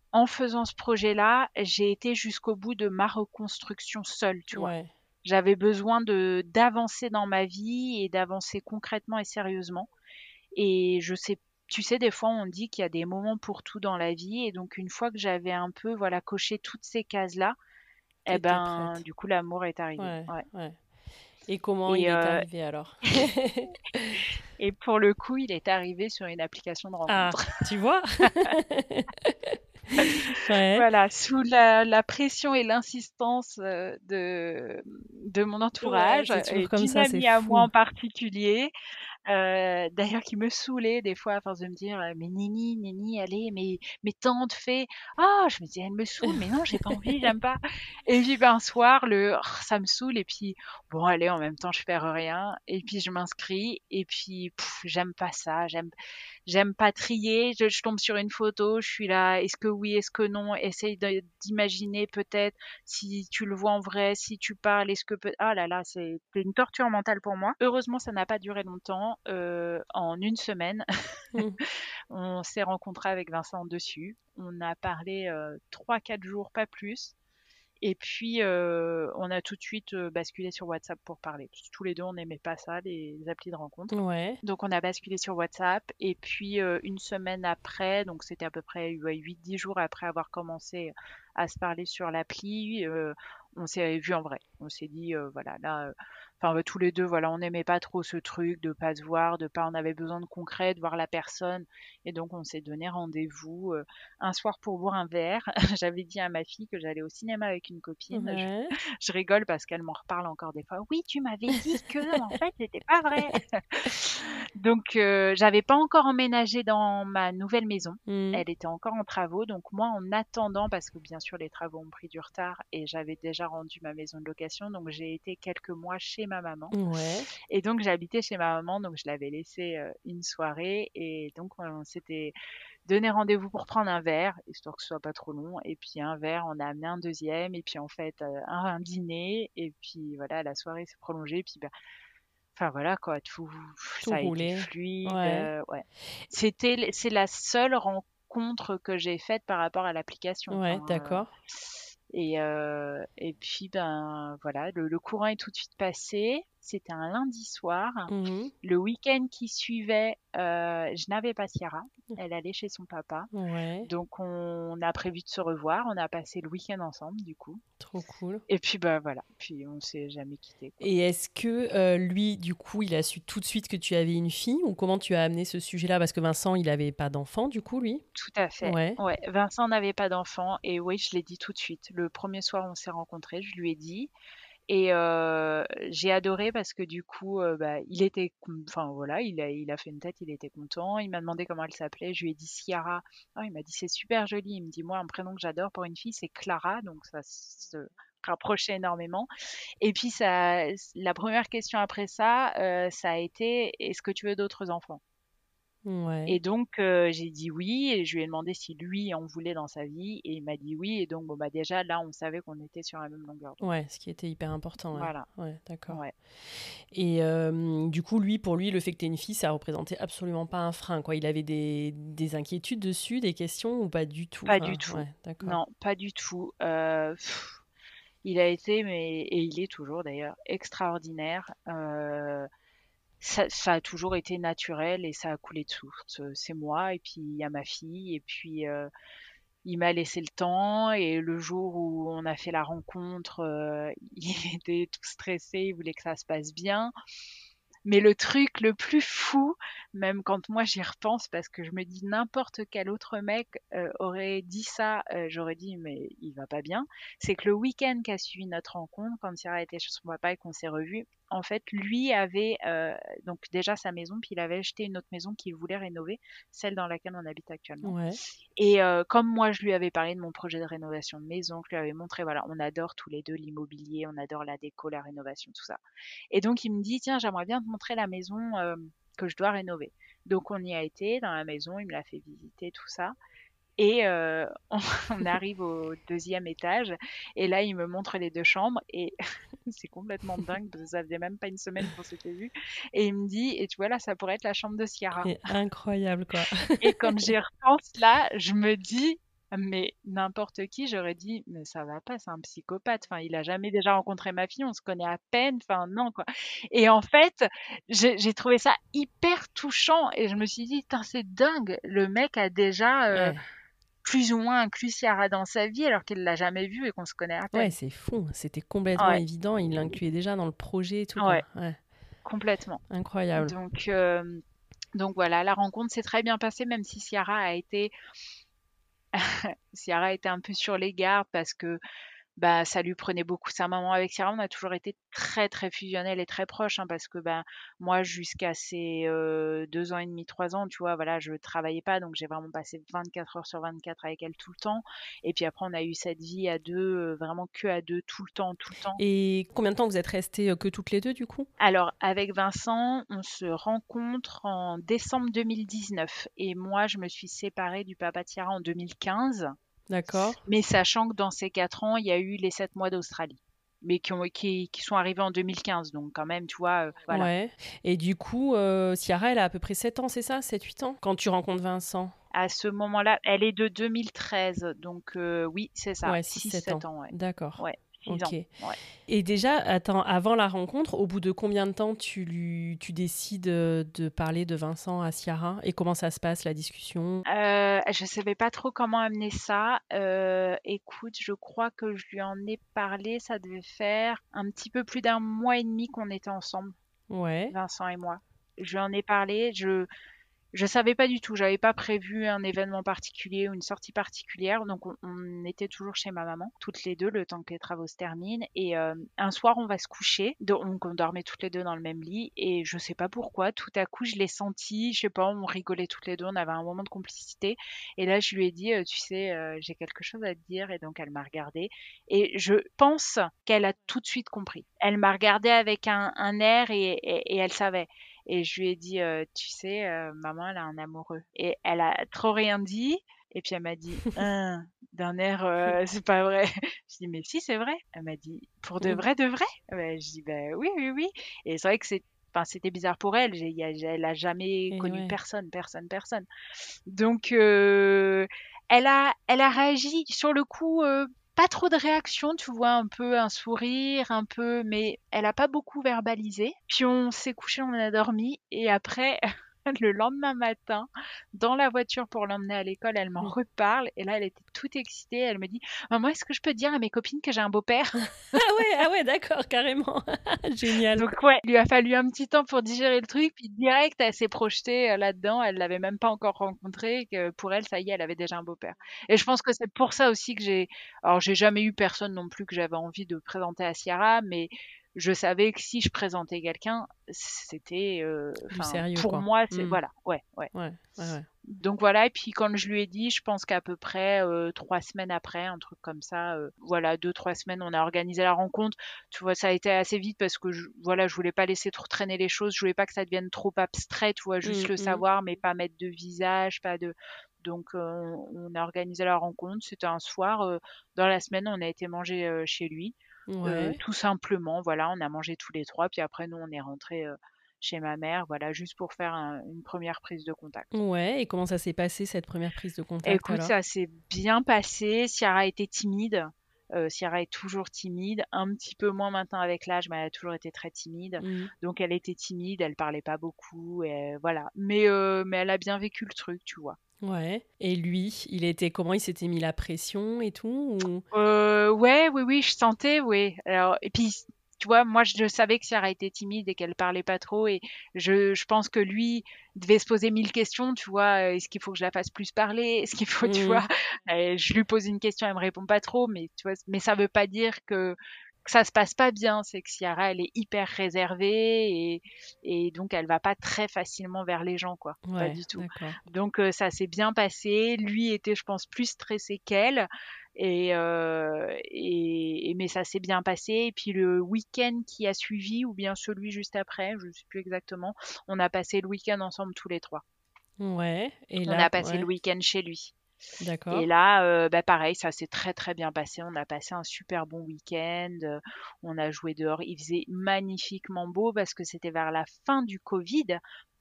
en faisant ce projet-là, j'ai été jusqu'au bout de ma reconstruction seule, tu vois. Ouais, J'avais besoin de d'avancer dans ma vie et d'avancer concrètement et sérieusement. Et je sais, tu sais, des fois, on dit qu'il y a des moments pour tout dans la vie. Et donc, une fois que j'avais un peu, voilà, coché toutes ces cases-là, eh t'étais ben, prête. du coup, l'amour est arrivé. Ouais, Ouais. ouais. Et comment Et, il est euh, arrivé alors? et pour le coup, il est arrivé sur une application de Ah, rencontre. tu vois? Ouais. Voilà, sous la, la pression et l'insistance euh, de, de mon Ouais, entourage c'est toujours et comme d'une ça, c'est amie à moi fou. en particulier. Heu, d'ailleurs qui me saoulait des fois à force de me dire: «Heu, mais Nini, Nini, allez, mais mais tente, fais». Ah! Je me dis: «Elle me saoule, mais non, j'ai pas envie, j'aime pas». Et puis, ben, un soir, le: «Oh, ça me saoule» et puis bon allez, en même temps, je perds rien et puis je m'inscris et puis pff, j'aime pas ça, j'aime j'aime pas trier, je je tombe sur une photo, je suis là: «Est-ce que oui? Est-ce que non?» Essaye de d'imaginer peut-être si tu le vois en vrai, si tu parles, est-ce que peut ah là là, c'est c'est une torture mentale pour moi. Heureusement, ça n'a pas duré longtemps. Heu, en une semaine, Mm. on s'est rencontrés avec Vincent dessus. On a parlé, heu, trois quatre jours, pas plus. Et puis, heu, on a tout de suite, heu, basculé sur WhatsApp pour parler. Parce que tous les deux, on n'aimait pas ça, les applis de rencontre. Ouais, Donc on a basculé sur WhatsApp et puis, heu, une semaine après, donc c'était à peu près, ouais, huit dix jours après avoir commencé à se parler sur l'appli, heu, on s'est vus en vrai. On s'est dit, heu, voilà, là, heu, enfin, bah, tous les deux, voilà, on n'aimait pas trop ce truc de pas se voir, de pas on avait besoin de concret, de voir la personne et donc on s'est donné rendez-vous, heu, un soir pour boire un verre. J'avais dit à ma fille que j'allais au cinéma avec une copine. Je ouais. je rigole parce qu'elle m'en reparle encore des fois: «Oui, tu m'avais dit que, mais en fait, c'était pas vrai». Donc, heu, j'avais pas encore emménagé dans ma nouvelle maison. Mm. Elle était encore en travaux, donc moi, en attendant, parce que bien sûr les travaux ont pris du retard et j'avais déjà rendu ma maison de location, donc j'ai été quelques mois chez ma maman Ouais, et donc j'habitais chez ma maman, donc je l'avais laissée, heu, une soirée et donc on s'était donné rendez-vous pour prendre un verre, histoire que ce soit pas trop long et puis un verre, on a amené un deuxième et puis en fait, heu, un un dîner et puis voilà, la soirée s'est prolongée puis, bah, enfin voilà quoi, tout tout ça a été roulé. fluide, Ouais, heu, ouais. C'était l c'est la seule rencontre que j'ai faite par rapport à l'application, ouais, enfin, heu d'accord. et heu et puis, ben, voilà, le le courant est tout de suite passé. C'était un lundi soir. Mhm. Le week-end qui suivait, heu, je n'avais pas Ciara. Elle allait chez son papa. Ouais, Donc on a prévu de se revoir. On a passé le week-end ensemble, du coup trop cool. et puis, bah, voilà, puis on s'est jamais quittés, quoi. Et est-ce que euh, lui, du coup, il a su tout de suite que tu avais une fille ou comment tu as amené ce sujet-là? Parce que Vincent, il avait pas d'enfant, du coup, lui. Tout à fait. Ouais. Ouais, Vincent n'avait pas d'enfant et oui, je l'ai dit tout de suite. Le premier soir où on s'est rencontrés, je lui ai dit et heu, j'ai adoré parce que du coup, heu, bah, il était con enfin voilà, il a il a fait une tête, il était content. Il m'a demandé comment elle s'appelait. Je lui ai dit: «Ciara». Ah, il m'a dit: «C'est super joli». Il me dit: «Moi, un prénom que j'adore pour une fille, c'est Clara», donc ça se rapprochait énormément et puis ça la première question après ça, heu, ça a été: «Est-ce que tu veux d'autres enfants?» Ouais. Et donc, heu, j'ai dit: «Oui» et je lui ai demandé si lui en voulait dans sa vie et il m'a dit: «Oui» et donc bon, bah, déjà là, on savait qu'on était sur la même longueur d'onde. Ouais, ce qui était hyper important, ouais. Voilà, Ouais, d'accord. ouais. Et euh, du coup, lui, pour lui, le fait que tu aies une fille, ça représentait absolument pas un frein, quoi. Il avait des, des inquiétudes dessus, des questions ou pas du tout? Pas du Enfin, tout. ouais, d'accord. Non, pas du tout. Heu, il a été mais et il est toujours d'ailleurs extraordinaire. Heu, ça ça a toujours été naturel et ça a coulé de source. Heu, c'est moi et puis il y a ma fille et puis, heu, il m'a laissé le temps et le jour où on a fait la rencontre, heu, il était tout stressé, il voulait que ça se passe bien. Mais le truc le plus fou, même quand moi j'y repense, parce que je me dis n'importe quel autre mec euh, aurait dit ça, euh, j'aurais dit mais il va pas bien, c'est que le week-end qui a suivi notre rencontre, quand Sarah était chez son papa et qu'on s'est revus, en fait lui avait euh, donc déjà sa maison, puis il avait acheté une autre maison qu'il voulait rénover, celle dans laquelle on habite actuellement. Ouais. Et euh, comme moi je lui avais parlé de mon projet de rénovation de maison, je lui avais montré, voilà, on adore tous les deux l'immobilier, on adore la déco, la rénovation, tout ça. Et donc il me dit: «Tiens, j'aimerais bien te montrer la maison, hem, que je dois rénover». Donc on y a été dans la maison, il me l'a fait visiter, tout ça et heu, on on arrive au deuxième étage et là, il me montre les deux chambres et c'est complètement dingue parce que ça faisait même pas une semaine qu'on s'était vus et il me dit: «Et tu vois, là, ça pourrait être la chambre de Ciara». Et incroyable, quoi. Et quand j'y repense là, je me dis: Mais n'importe qui, j'aurais dit: «Mais ça va pas, c'est un psychopathe. Enfin, il a jamais déjà rencontré ma fille, on se connaît à peine, enfin non, quoi». Et en fait, j'ai j'ai trouvé ça hyper touchant et je me suis dit: «Putain, c'est dingue, le mec a déjà, heu, Ouais. plus ou moins inclus Ciara dans sa vie alors qu'il l'a jamais vue et qu'on se connaît à Ouais, peine». c'est fou. C'était complètement Ouais, évident. Il l'incluait déjà dans le projet et tout, quoi. ouais, Ouais, complètement. incroyable. Donc hem, donc voilà, la rencontre s'est très bien passée même si Ciara a été Ciara a été un peu sur les gardes parce que bah, ça lui prenait beaucoup sa maman. Avec Ciara, on a toujours été très, très fusionnels et très proches, hein, parce que, ben, moi, jusqu'à ses, heu, deux ans et demi, trois ans, tu vois, voilà, je travaillais pas, donc j'ai vraiment passé vingt-quatre heures sur vingt-quatre avec elle tout le temps. Et puis après, on a eu cette vie à deux, heu, vraiment que à deux tout le temps, tout le temps. Et combien de temps vous êtes restés euh, que toutes les deux, du coup? Alors, avec Vincent, on se rencontre en décembre deux mille dix-neuf et moi, je me suis séparée du papa de Ciara en deux mille quinze. D'accord. Mais sachant que dans ces quatre ans, il y a eu les sept mois d'Australie, mais qui ont qui qui sont arrivés en deux mille quinze, donc quand même, tu vois, heu, voilà. Ouais. Et du coup, euh, Ciara, elle a à peu près sept ans, c'est ça? Sept huit ans? Quand tu rencontres Vincent? À ce moment-là, elle est de deux mille treize, donc heu, oui, c'est ça, Ouais, six six sept sept ans. ans, ouais. D'accord. Ouais, six Ok. ans, ouais. Et déjà, attends, avant la rencontre, au bout de combien de temps tu, lui, tu décides euh, de parler de Vincent à Ciara? Et comment ça se passe, la discussion? Heu, je savais pas trop comment amener ça. Heu, écoute, je crois que je lui en ai parlé, ça devait faire un petit peu plus d'un mois et demi qu'on était ensemble, Ouais. Vincent et moi. Je lui en ai parlé, je Je savais pas du tout, j'avais pas prévu un événement particulier ou une sortie particulière, donc on, on était toujours chez ma maman, toutes les deux, le temps que les travaux se terminent. Et euh, un soir, on va se coucher, donc on dormait toutes les deux dans le même lit, et je sais pas pourquoi, tout à coup, je l'ai senti, je sais pas, on rigolait toutes les deux, on avait un moment de complicité, et là, je lui ai dit, euh, tu sais, euh, j'ai quelque chose à te dire, et donc elle m'a regardée, et je pense qu'elle a tout de suite compris. Elle m'a regardée avec un, un air et, et, et elle savait. Et je lui ai dit, heu: «Tu sais, heu, maman, elle a un amoureux». Et elle a trop rien dit et puis elle m'a dit: «Hein», d'un air, heu: «C'est pas vrai». Je dis: «Mais si, c'est vrai». Elle m'a dit: «Pour de Mm. vrai, de vrai?» Ouais, je dis: «Bah, oui, oui, oui». Et c'est vrai que c'est enfin, c'était bizarre pour elle. J'ai il y a elle a jamais Et connu ouais. personne, personne, personne. Donc heu, elle a elle a réagi sur le coup, heu, pas trop de réaction, tu vois? Un peu un sourire, un peu, mais elle a pas beaucoup verbalisé. Puis on s'est couché, on a dormi et après le lendemain matin, dans la voiture pour l'emmener à l'école, elle m'en Mm. reparle et là, elle était toute excitée. Elle me dit: «Maman, est-ce que je peux dire à mes copines que j'ai un beau-père?» Ah ouais, ah ouais, d'accord, carrément. Génial. Donc ouais, il lui a fallu un petit temps pour digérer le truc, puis direct, elle s'est projetée, heu, là-dedans. Elle l'avait même pas encore rencontré, que pour elle, ça y est, elle avait déjà un beau-père. Et je pense que c'est pour ça aussi que j'ai alors j'ai jamais eu personne non plus que j'avais envie de présenter à Ciara, mais je savais que si je présentais quelqu'un, c'était, heu, Du enfin, sérieux, pour quoi. moi, c'est Mm. voilà, ouais, ouais. Ouais, ouais, ouais. Donc voilà, et puis quand je lui ai dit, je pense qu'à peu près, heu, trois semaines après, un truc comme ça, heu, voilà, deux trois semaines, on a organisé la rencontre. Tu vois, ça a été assez vite parce que je voilà, je voulais pas laisser trop traîner les choses, je voulais pas que ça devienne trop abstrait, tu vois? Juste Mm, le mm. savoir, mais pas mettre de visage, pas de donc heu, on a organisé la rencontre. C'était un soir, heu, dans la semaine, on a été manger, heu, chez lui, heu, Ouais. tout simplement, voilà, on a mangé tous les trois puis après nous, on est rentrés, heu, chez ma mère, voilà, juste pour faire un une première prise de contact. Ouais, et comment ça s'est passé, cette première prise de contact, Écoute, alors? ça s'est bien passé. Ciara était timide. Heu, Ciara est toujours timide, un petit peu moins maintenant avec l'âge, mais elle a toujours été très timide. Mm. Donc elle était timide, elle parlait pas beaucoup et voilà. Mais heu, mais elle a bien vécu le truc, tu vois? Ouais. Et lui, il était comment? Il s'était mis la pression et tout ou... Heu, ouais, oui, oui, je sentais, oui. Alors et puis, tu vois, moi, je savais que Ciara était timide et qu'elle parlait pas trop et je je pense que lui devait se poser mille questions, tu vois? Heu, est-ce qu'il faut que je la fasse plus parler? Est-ce qu'il faut, tu vois? Mm. Et je lui pose une question, elle me répond pas trop, mais tu vois? Mais ça veut pas dire que que ça se passe pas bien. C'est que Ciara, elle est hyper réservée et et donc elle va pas très facilement vers les gens, quoi. Pas Ouais, du tout. d'accord. Donc heu, ça s'est bien passé. Lui était, je pense, plus stressé qu'elle. Et, euh, et, et- mais ça s'est bien passé. Et puis le week-end qui a suivi, ou bien celui juste après, je ne sais plus exactement, on a passé le week-end ensemble tous les trois. Ouais, et On là, a passé le ouais, week-end chez lui. Et d'accord. là, euh, bah pareil, ça s'est très très bien passé. On a passé un super bon week-end. Euh, On a joué dehors. Il faisait magnifiquement beau parce que c'était vers la fin du Covid.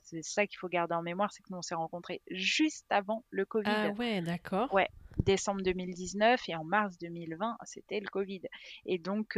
c'est ça qu'il faut garder en mémoire, c'est que nous, on s'est rencontrés juste avant le Ah Covid. ouais, d'accord. Ouais, décembre deux mille dix-neuf et en mars deux mille vingt, c'était le Covid. Et donc,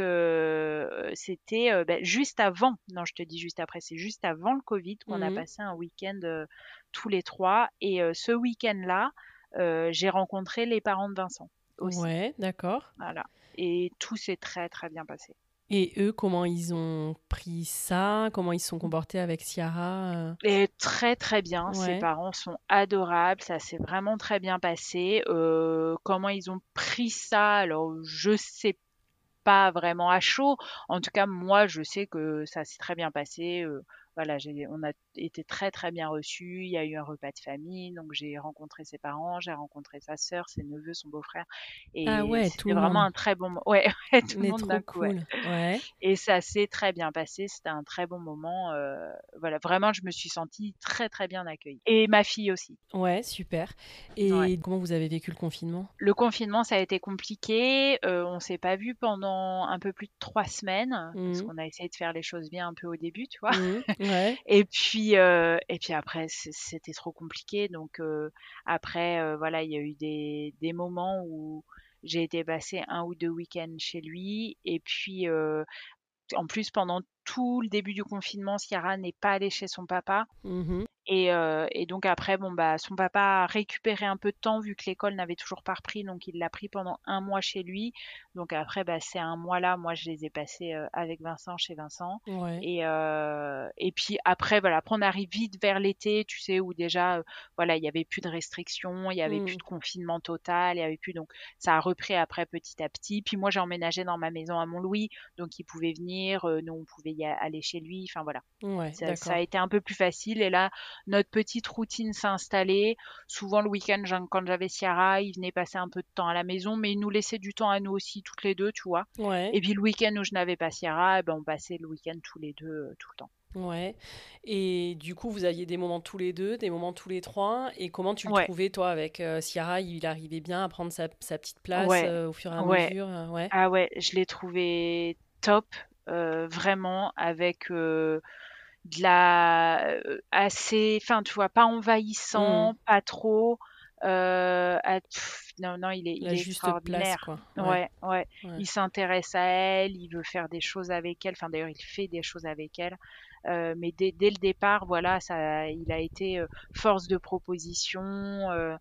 euh, c'était euh, ben, juste avant, non, je te dis juste après, c'est juste avant le Covid qu'on a Mhm. passé un week-end euh, tous les trois. Et euh, ce week-end-là, euh, j'ai rencontré les parents de Vincent aussi. Ouais, d'accord. Voilà. Et tout s'est très, très bien passé. Et eux, comment ils ont pris ça? Comment ils se sont comportés avec Ciara? euh Et très très bien, ses Ouais. parents sont adorables, ça s'est vraiment très bien passé. Euh, comment ils ont pris ça, alors je sais pas vraiment à chaud. En tout cas, moi, je sais que ça s'est très bien passé. Euh, voilà, j'ai, on a été très très bien reçus. Il y a eu un repas de famille, donc j'ai rencontré ses parents, j'ai rencontré sa sœur, ses neveux, son beau-frère, Ah et ouais, tout c'était le vraiment monde. un très bon, mo- ouais, ouais, tout le Mais monde trop d'un coup, ouais. cool. Ouais. Et ça s'est très bien passé. C'était un très bon moment. Euh, voilà, vraiment, je me suis sentie très très bien accueillie. Et ma fille aussi. Ouais, super. Ouais. Et comment vous avez vécu le confinement? Le confinement, ça a été compliqué. Euh, on s'est pas vu pendant un peu plus de trois semaines parce Mhm. qu'on a essayé de faire les choses bien un peu au début, tu vois. Mhm. Ouais. Et puis, euh, et puis après, c- c'était trop compliqué. Donc euh, après, euh, voilà, il y a eu des, des moments où j'ai été passer un ou deux week-ends chez lui. Et puis, euh, en plus, pendant tout le début du confinement, Ciara n'est pas allée chez son papa. Mhm. Et, euh, et donc après, bon bah, son papa a récupéré un peu de temps vu que l'école n'avait toujours pas repris, donc il l'a pris pendant un mois chez lui. Donc après, bah, ces un mois-là, moi, je les ai passés euh, avec Vincent chez Vincent. Ouais. Et, euh, et puis après, voilà, après on arrive vite vers l'été, tu sais, où déjà, euh, voilà, il y avait plus de restrictions, il y avait plus Mhm. de confinement total, il y avait plus, donc ça a repris après petit à petit. Puis moi, j'ai emménagé dans ma maison à Montlouis, donc il pouvait venir, euh, nous on pouvait y a- aller chez lui. Enfin voilà, Ouais, ça, ça a d'accord. été un peu plus facile. Et là, notre petite routine s'est installée. Souvent, le week-end, j'en- quand j'avais Ciara, il venait passer un peu de temps à la maison, mais il nous laissait du temps à nous aussi, toutes les deux, tu vois. Ouais. Et puis, le week-end où je n'avais pas Ciara, eh ben, on passait le week-end tous les deux, euh, tout le temps. Ouais. Et du coup, vous aviez des moments tous les deux, des moments tous les trois. Et comment tu le Ouais, trouvais, toi, avec euh, Ciara? Il arrivait bien à prendre sa, sa petite place ouais, euh, au fur et à ouais. mesure? euh, ouais. Ah ouais, je l'ai trouvé top, euh, vraiment, avec euh, de la euh, assez, enfin, tu vois, pas Mhm. envahissant, pas trop. Euh, ah, pff, non, non, il est, il La est juste place, extraordinaire. quoi. Ouais. Ouais, ouais. Ouais. Il s'intéresse à elle, il veut faire des choses avec elle. Enfin, d'ailleurs, il fait des choses avec elle. Euh, mais dès, dès le départ, voilà, ça, il a été euh, force de proposition. euh,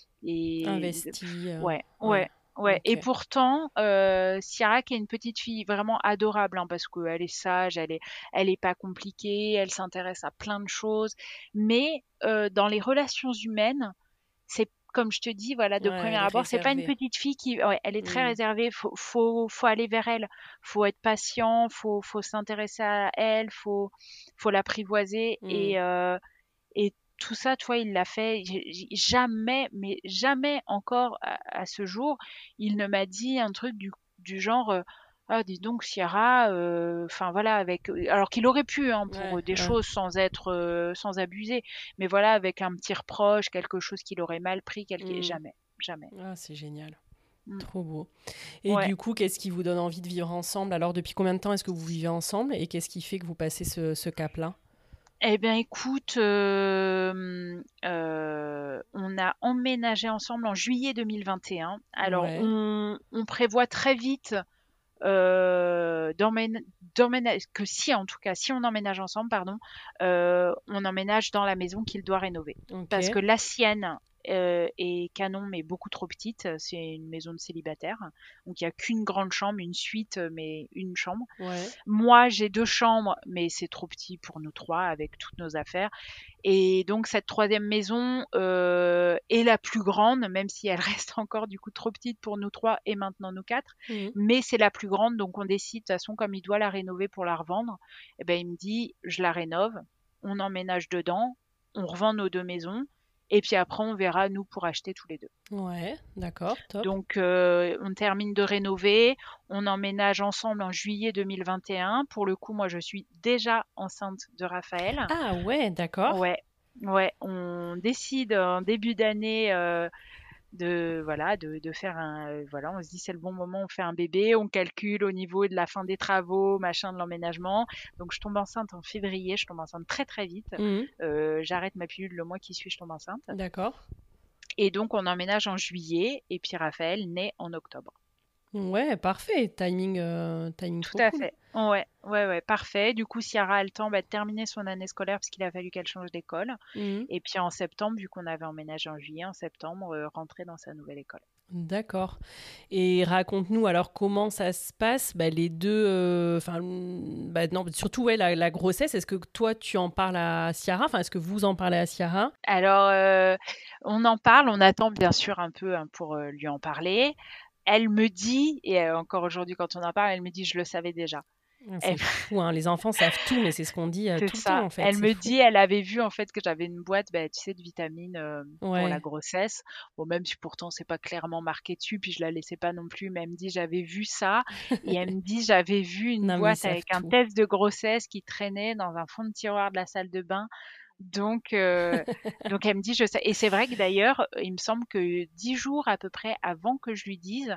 et Investi. euh, ouais, ouais. ouais, ouais. Et Ok. pourtant, euh, Ciara, qui est une petite fille vraiment adorable, hein, parce qu'elle est sage, elle est, elle est pas compliquée, elle s'intéresse à plein de choses. Mais euh, dans les relations humaines, c'est comme je te dis, voilà, de Ouais, premier elle est abord, c'est pas une réservée. petite fille qui, ouais, elle est très Mhm. réservée. Faut, faut, faut aller vers elle. Faut être patient. Faut, faut s'intéresser à elle. Faut, faut l'apprivoiser. Mhm. Et, euh, et tout ça, tu vois, il l'a fait. J- j- Jamais, mais jamais encore à, à ce jour, il ne m'a dit un truc du, du genre, euh, ah, dis donc, Sierra, euh, enfin voilà, avec, alors qu'il aurait pu, hein, Ouais, pour des ouais. choses sans être, euh, sans abuser, mais voilà, avec un petit reproche, quelque chose qu'il aurait mal pris, quelque... Mhm. jamais, jamais. Ah, c'est génial. Mm. Trop beau. Et Ouais. du coup, qu'est-ce qui vous donne envie de vivre ensemble? Alors, depuis combien de temps est-ce que vous vivez ensemble et qu'est-ce qui fait que vous passez ce, ce cap-là? Eh bien, écoute, euh, euh, on a emménagé ensemble en juillet deux mille vingt et un. Alors, Ouais. on, on prévoit très vite euh, d'emmén- d'emménager, que si en tout cas, si on emménage ensemble, pardon, euh, on emménage dans la maison qu'il doit rénover. Parce Ok. que la sienne euh, est canon, mais beaucoup trop petite. C'est une maison de célibataire. Donc il n'y a qu'une grande chambre, une suite, mais une chambre. Ouais. Moi, j'ai deux chambres, mais c'est trop petit pour nous trois avec toutes nos affaires. Et donc cette troisième maison euh, est la plus grande, même si elle reste encore du coup trop petite pour nous trois et maintenant nous quatre. Mhm. Mais c'est la plus grande, donc on décide de toute façon comme il doit la rénover pour la revendre. Et ben il me dit je la rénove, on emménage dedans, on revend nos deux maisons. Et puis après, on verra, nous, pour acheter tous les deux. Ouais. D'accord. Top. Donc, euh, on termine de rénover. On emménage ensemble en juillet deux mille vingt et un. Pour le coup, moi, je suis déjà enceinte de Raphaël. Ah ouais, d'accord. Ouais, ouais, on décide en début d'année, euh, de voilà de, de faire un euh, voilà on se dit c'est le bon moment, on fait un bébé, on calcule au niveau de la fin des travaux machin de l'emménagement. Donc je tombe enceinte en février, je tombe enceinte très très vite. Mhm. Euh, j'arrête ma pilule le mois qui suit, je tombe enceinte, D'accord. et donc on emménage en juillet et puis Raphaël naît en octobre. Ouais, parfait. Timing, euh, timing Tout trop à cool. fait. Ouais, ouais, ouais, parfait. Du coup, Ciara a le temps bah, de terminer son année scolaire parce qu'il a fallu qu'elle change d'école. Mhm. Et puis en septembre, vu qu'on avait emménagé en juillet, en septembre, euh, rentrer dans sa nouvelle école. D'accord. Et raconte-nous alors comment ça se passe, bah, les deux, euh, enfin, mm, bah, non, surtout ouais, la, la grossesse. Est-ce que toi tu en parles à Ciara, enfin, est-ce que vous en parlez à Ciara? Alors, euh, on en parle, on attend bien sûr un peu hein, pour euh, lui en parler. Elle me dit, et euh, encore aujourd'hui quand on en parle, elle me dit, je le savais déjà. Ah, Elle c'est fou, hein. Les enfants savent tout, mais c'est ce qu'on dit euh, C'est tout le temps ça. en fait. Elle C'est me fou. dit, elle avait vu en fait que j'avais une boîte, bah, tu sais, de vitamines euh, pour la Ouais. grossesse. Bon, même si pourtant c'est pas clairement marqué dessus, puis je la laissais pas non plus, mais elle me dit, j'avais vu ça. Et elle me dit, j'avais vu une Non, mais ils boîte savent avec un tout. test de grossesse qui traînait dans un fond de tiroir de la salle de bain. Donc, euh, donc elle me dit, je sais. Et c'est vrai que d'ailleurs, il me semble que dix jours à peu près avant que je lui dise,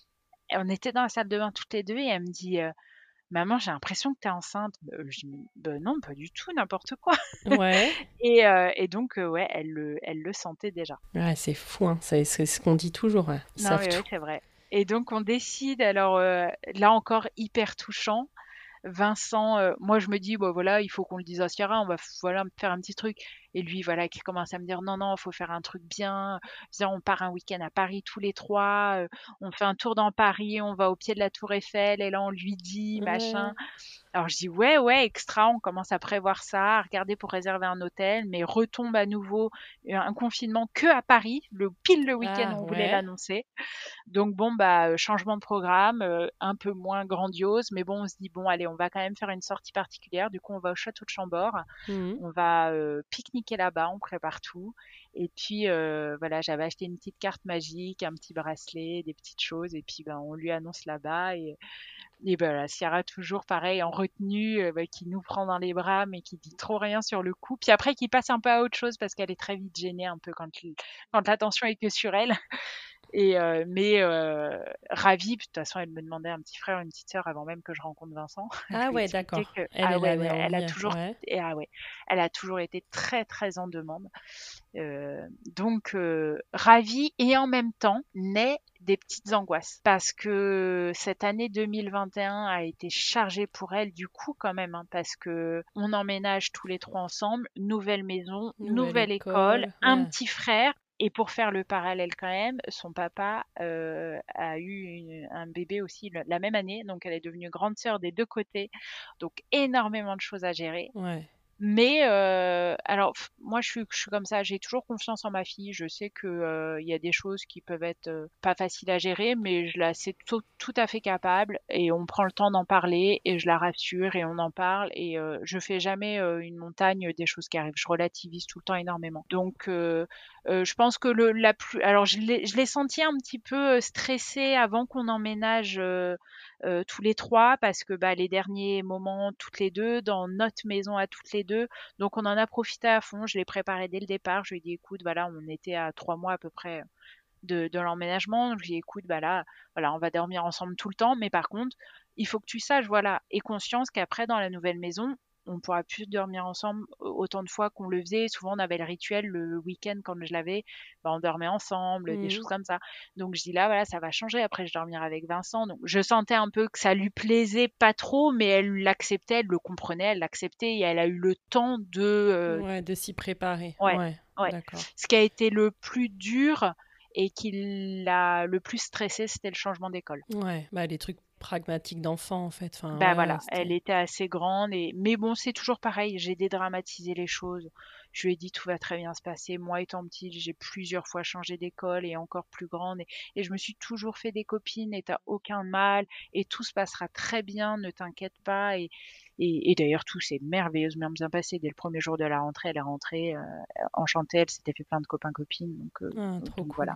on était dans la salle de bain toutes les deux et elle me dit, euh, maman, j'ai l'impression que tu es enceinte. Euh, je dis, ben non, pas du tout, n'importe quoi. Ouais. Et, euh, et donc, euh, ouais, elle le, elle le sentait déjà. Ouais, c'est fou, hein. C'est c'est ce qu'on dit toujours, ouais. Ils Non, savent mais tout. ouais, c'est vrai. Et donc, on décide, alors euh, là encore, hyper touchant. Vincent, euh, moi je me dis, bon voilà, il faut qu'on le dise à Ciara, on va f- voilà, faire un petit truc. Et lui, voilà, qui commence à me dire, non, non, il faut faire un truc bien. Viens, on part un week-end à Paris tous les trois, euh, on fait un tour dans Paris, on va au pied de la Tour Eiffel, et là on lui dit, machin. Ouais. Alors je dis ouais, ouais, extra, on commence à prévoir ça, à regarder pour réserver un hôtel, mais retombe à nouveau euh, un confinement que à Paris, le pile le week-end Ah, où on voulait ouais. l'annoncer. Donc bon, bah euh, changement de programme, euh, un peu moins grandiose, mais bon, on se dit bon, allez, on va quand même faire une sortie particulière. Du coup, on va au château de Chambord, Mhm. on va euh, pique-niquer là-bas, on prépare tout. Et puis euh, voilà, j'avais acheté une petite carte magique, un petit bracelet, des petites choses, et puis ben on lui annonce là-bas et et ben la Ciara toujours pareil en retenue, euh, bah, qui nous prend dans les bras mais qui dit trop rien sur le coup. Puis après qui passe un peu à autre chose parce qu'elle est très vite gênée un peu quand, quand l'attention est que sur elle. Et euh, mais euh, ravie, puis de toute façon elle me demandait un petit frère, une petite sœur avant même que je rencontre Vincent. Je Ah lui ai ouais, expliqué d'accord. que Elle, ah elle ouais avait ouais, elle a envie. toujours Ouais. et ah ouais, elle a toujours été très très en demande. Euh, donc euh, ravie et en même temps naît des petites angoisses parce que cette année deux mille vingt et un a été chargée pour elle du coup quand même hein, parce que on emménage tous les trois ensemble, nouvelle maison, Nouvelle nouvelle école, école. un Ouais. petit frère. Et pour faire le parallèle quand même, son papa euh, a eu une- un bébé aussi le- la même année, donc elle est devenue grande sœur des deux côtés, donc énormément de choses à gérer. Ouais. Mais euh, alors, pff, moi, je suis, je suis comme ça. J'ai toujours confiance en ma fille. Je sais que euh, il y a des choses qui peuvent être euh, pas faciles à gérer, mais je la sais tout, tout à fait capable. Et on prend le temps d'en parler et je la rassure et on en parle. Et euh, je fais jamais euh, une montagne des choses qui arrivent. Je relativise tout le temps énormément. Donc, euh, euh, je pense que le la plus, alors je l'ai, je l'ai senti un petit peu euh, stressée avant qu'on emménage. Euh, euh, tous les trois parce que bah, les derniers moments toutes les deux dans notre maison à toutes les deux, donc on en a profité à fond. Je l'ai préparé dès le départ, je lui ai dit écoute voilà, on était à trois mois à peu près de, de l'emménagement, donc je lui ai dit écoute bah là voilà, on va dormir ensemble tout le temps, mais par contre il faut que tu saches voilà, et conscience qu'après dans la nouvelle maison on pourra plus dormir ensemble autant de fois qu'on le faisait. Souvent, on avait le rituel le week-end quand je l'avais, bah, on dormait ensemble, des Mhm. choses comme ça. Donc, je dis là, voilà, ça va changer. Après, je dormirai avec Vincent. Donc, je sentais un peu que ça lui plaisait pas trop, mais elle l'acceptait, elle le comprenait, elle l'acceptait et elle a eu le temps de. euh, Ouais, de s'y préparer. Ouais, Ouais, ouais. d'accord. Ce qui a été le plus dur et qui l'a le plus stressé, c'était le changement d'école. Ouais, bah les trucs pragmatiques d'enfant en fait. Enfin, Bah ouais, ouais, voilà, elle c'était. était assez grande et mais bon, c'est toujours pareil, j'ai dédramatisé les choses. Je lui ai dit tout va très bien se passer. Moi étant petite, j'ai plusieurs fois changé d'école et encore plus grande et, et je me suis toujours fait des copines et t'as aucun mal et tout se passera très bien, ne t'inquiète pas et et, et d'ailleurs tout s'est merveilleusement bien passé dès le premier jour de la rentrée. Elle est rentrée euh, enchantée, elle s'était fait plein de copains copines donc euh, Ah, trop donc cool. voilà.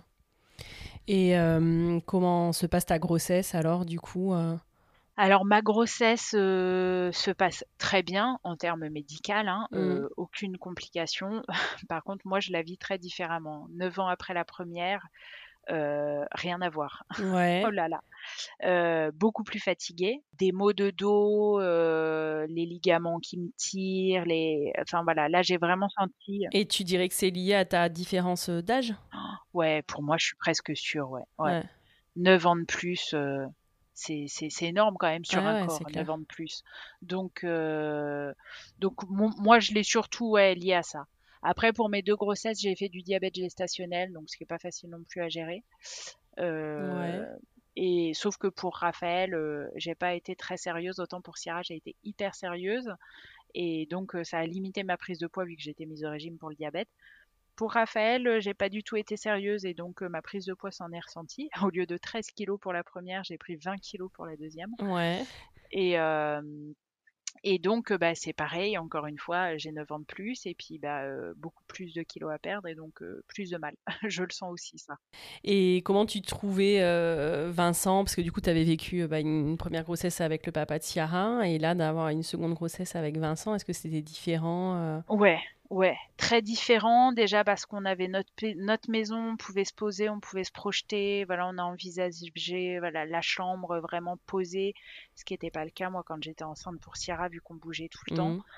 Et euh, comment se passe ta grossesse alors, du coup euh Alors ma grossesse euh, se passe très bien en termes médicaux, hein, Mhm. euh, aucune complication. Par contre, moi, je la vis très différemment. Neuf ans après la première, heu, rien à voir. Oh Ouais. là là, heu, beaucoup plus fatiguée, des maux de dos, heu, les ligaments qui me tirent, les enfin voilà, là j'ai vraiment senti Et tu dirais que c'est lié à ta différence, heu, d'âge? ouais, pour moi je suis presque sûre, ouais, ouais. Ouais. neuf ans de plus, heu, c'est c'est c'est énorme quand même sur Ah un ouais, c'est corps, neuf ans clair. de plus. Donc heu, donc mon moi je l'ai surtout, ouais, lié à ça. Après pour mes deux grossesses, j'ai fait du diabète gestationnel, donc ce qui est pas facile non plus à gérer. Heu Ouais. et sauf que pour Raphaël, heu, j'ai pas été très sérieuse, autant pour Sierra, j'ai été hyper sérieuse et donc heu, ça a limité ma prise de poids vu que j'étais mise au régime pour le diabète. Pour Raphaël, heu, j'ai pas du tout été sérieuse et donc heu, ma prise de poids s'en est ressentie. Au lieu de treize kilos pour la première, j'ai pris vingt kilos pour la deuxième Ouais. et hem et donc heu, bah, c'est pareil, encore une fois, j'ai neuf ans de plus et puis, bah, heu, beaucoup plus de kilos à perdre et donc heu, plus de mal. Je le sens aussi ça. Et comment tu trouvais, heu, Vincent? Parce que du coup, tu avais vécu, heu, bah, une une première grossesse avec le papa de Ciara et là, d'avoir une seconde grossesse avec Vincent, est-ce que c'était différent, heu? Ouais, ouais, très différent déjà parce qu'on avait notre pai notre maison, on pouvait se poser, on pouvait se projeter, voilà, on a envisagé, voilà, la chambre vraiment posée, ce qui était pas le cas moi quand j'étais enceinte pour Sierra vu qu'on bougeait tout le temps. Mmh.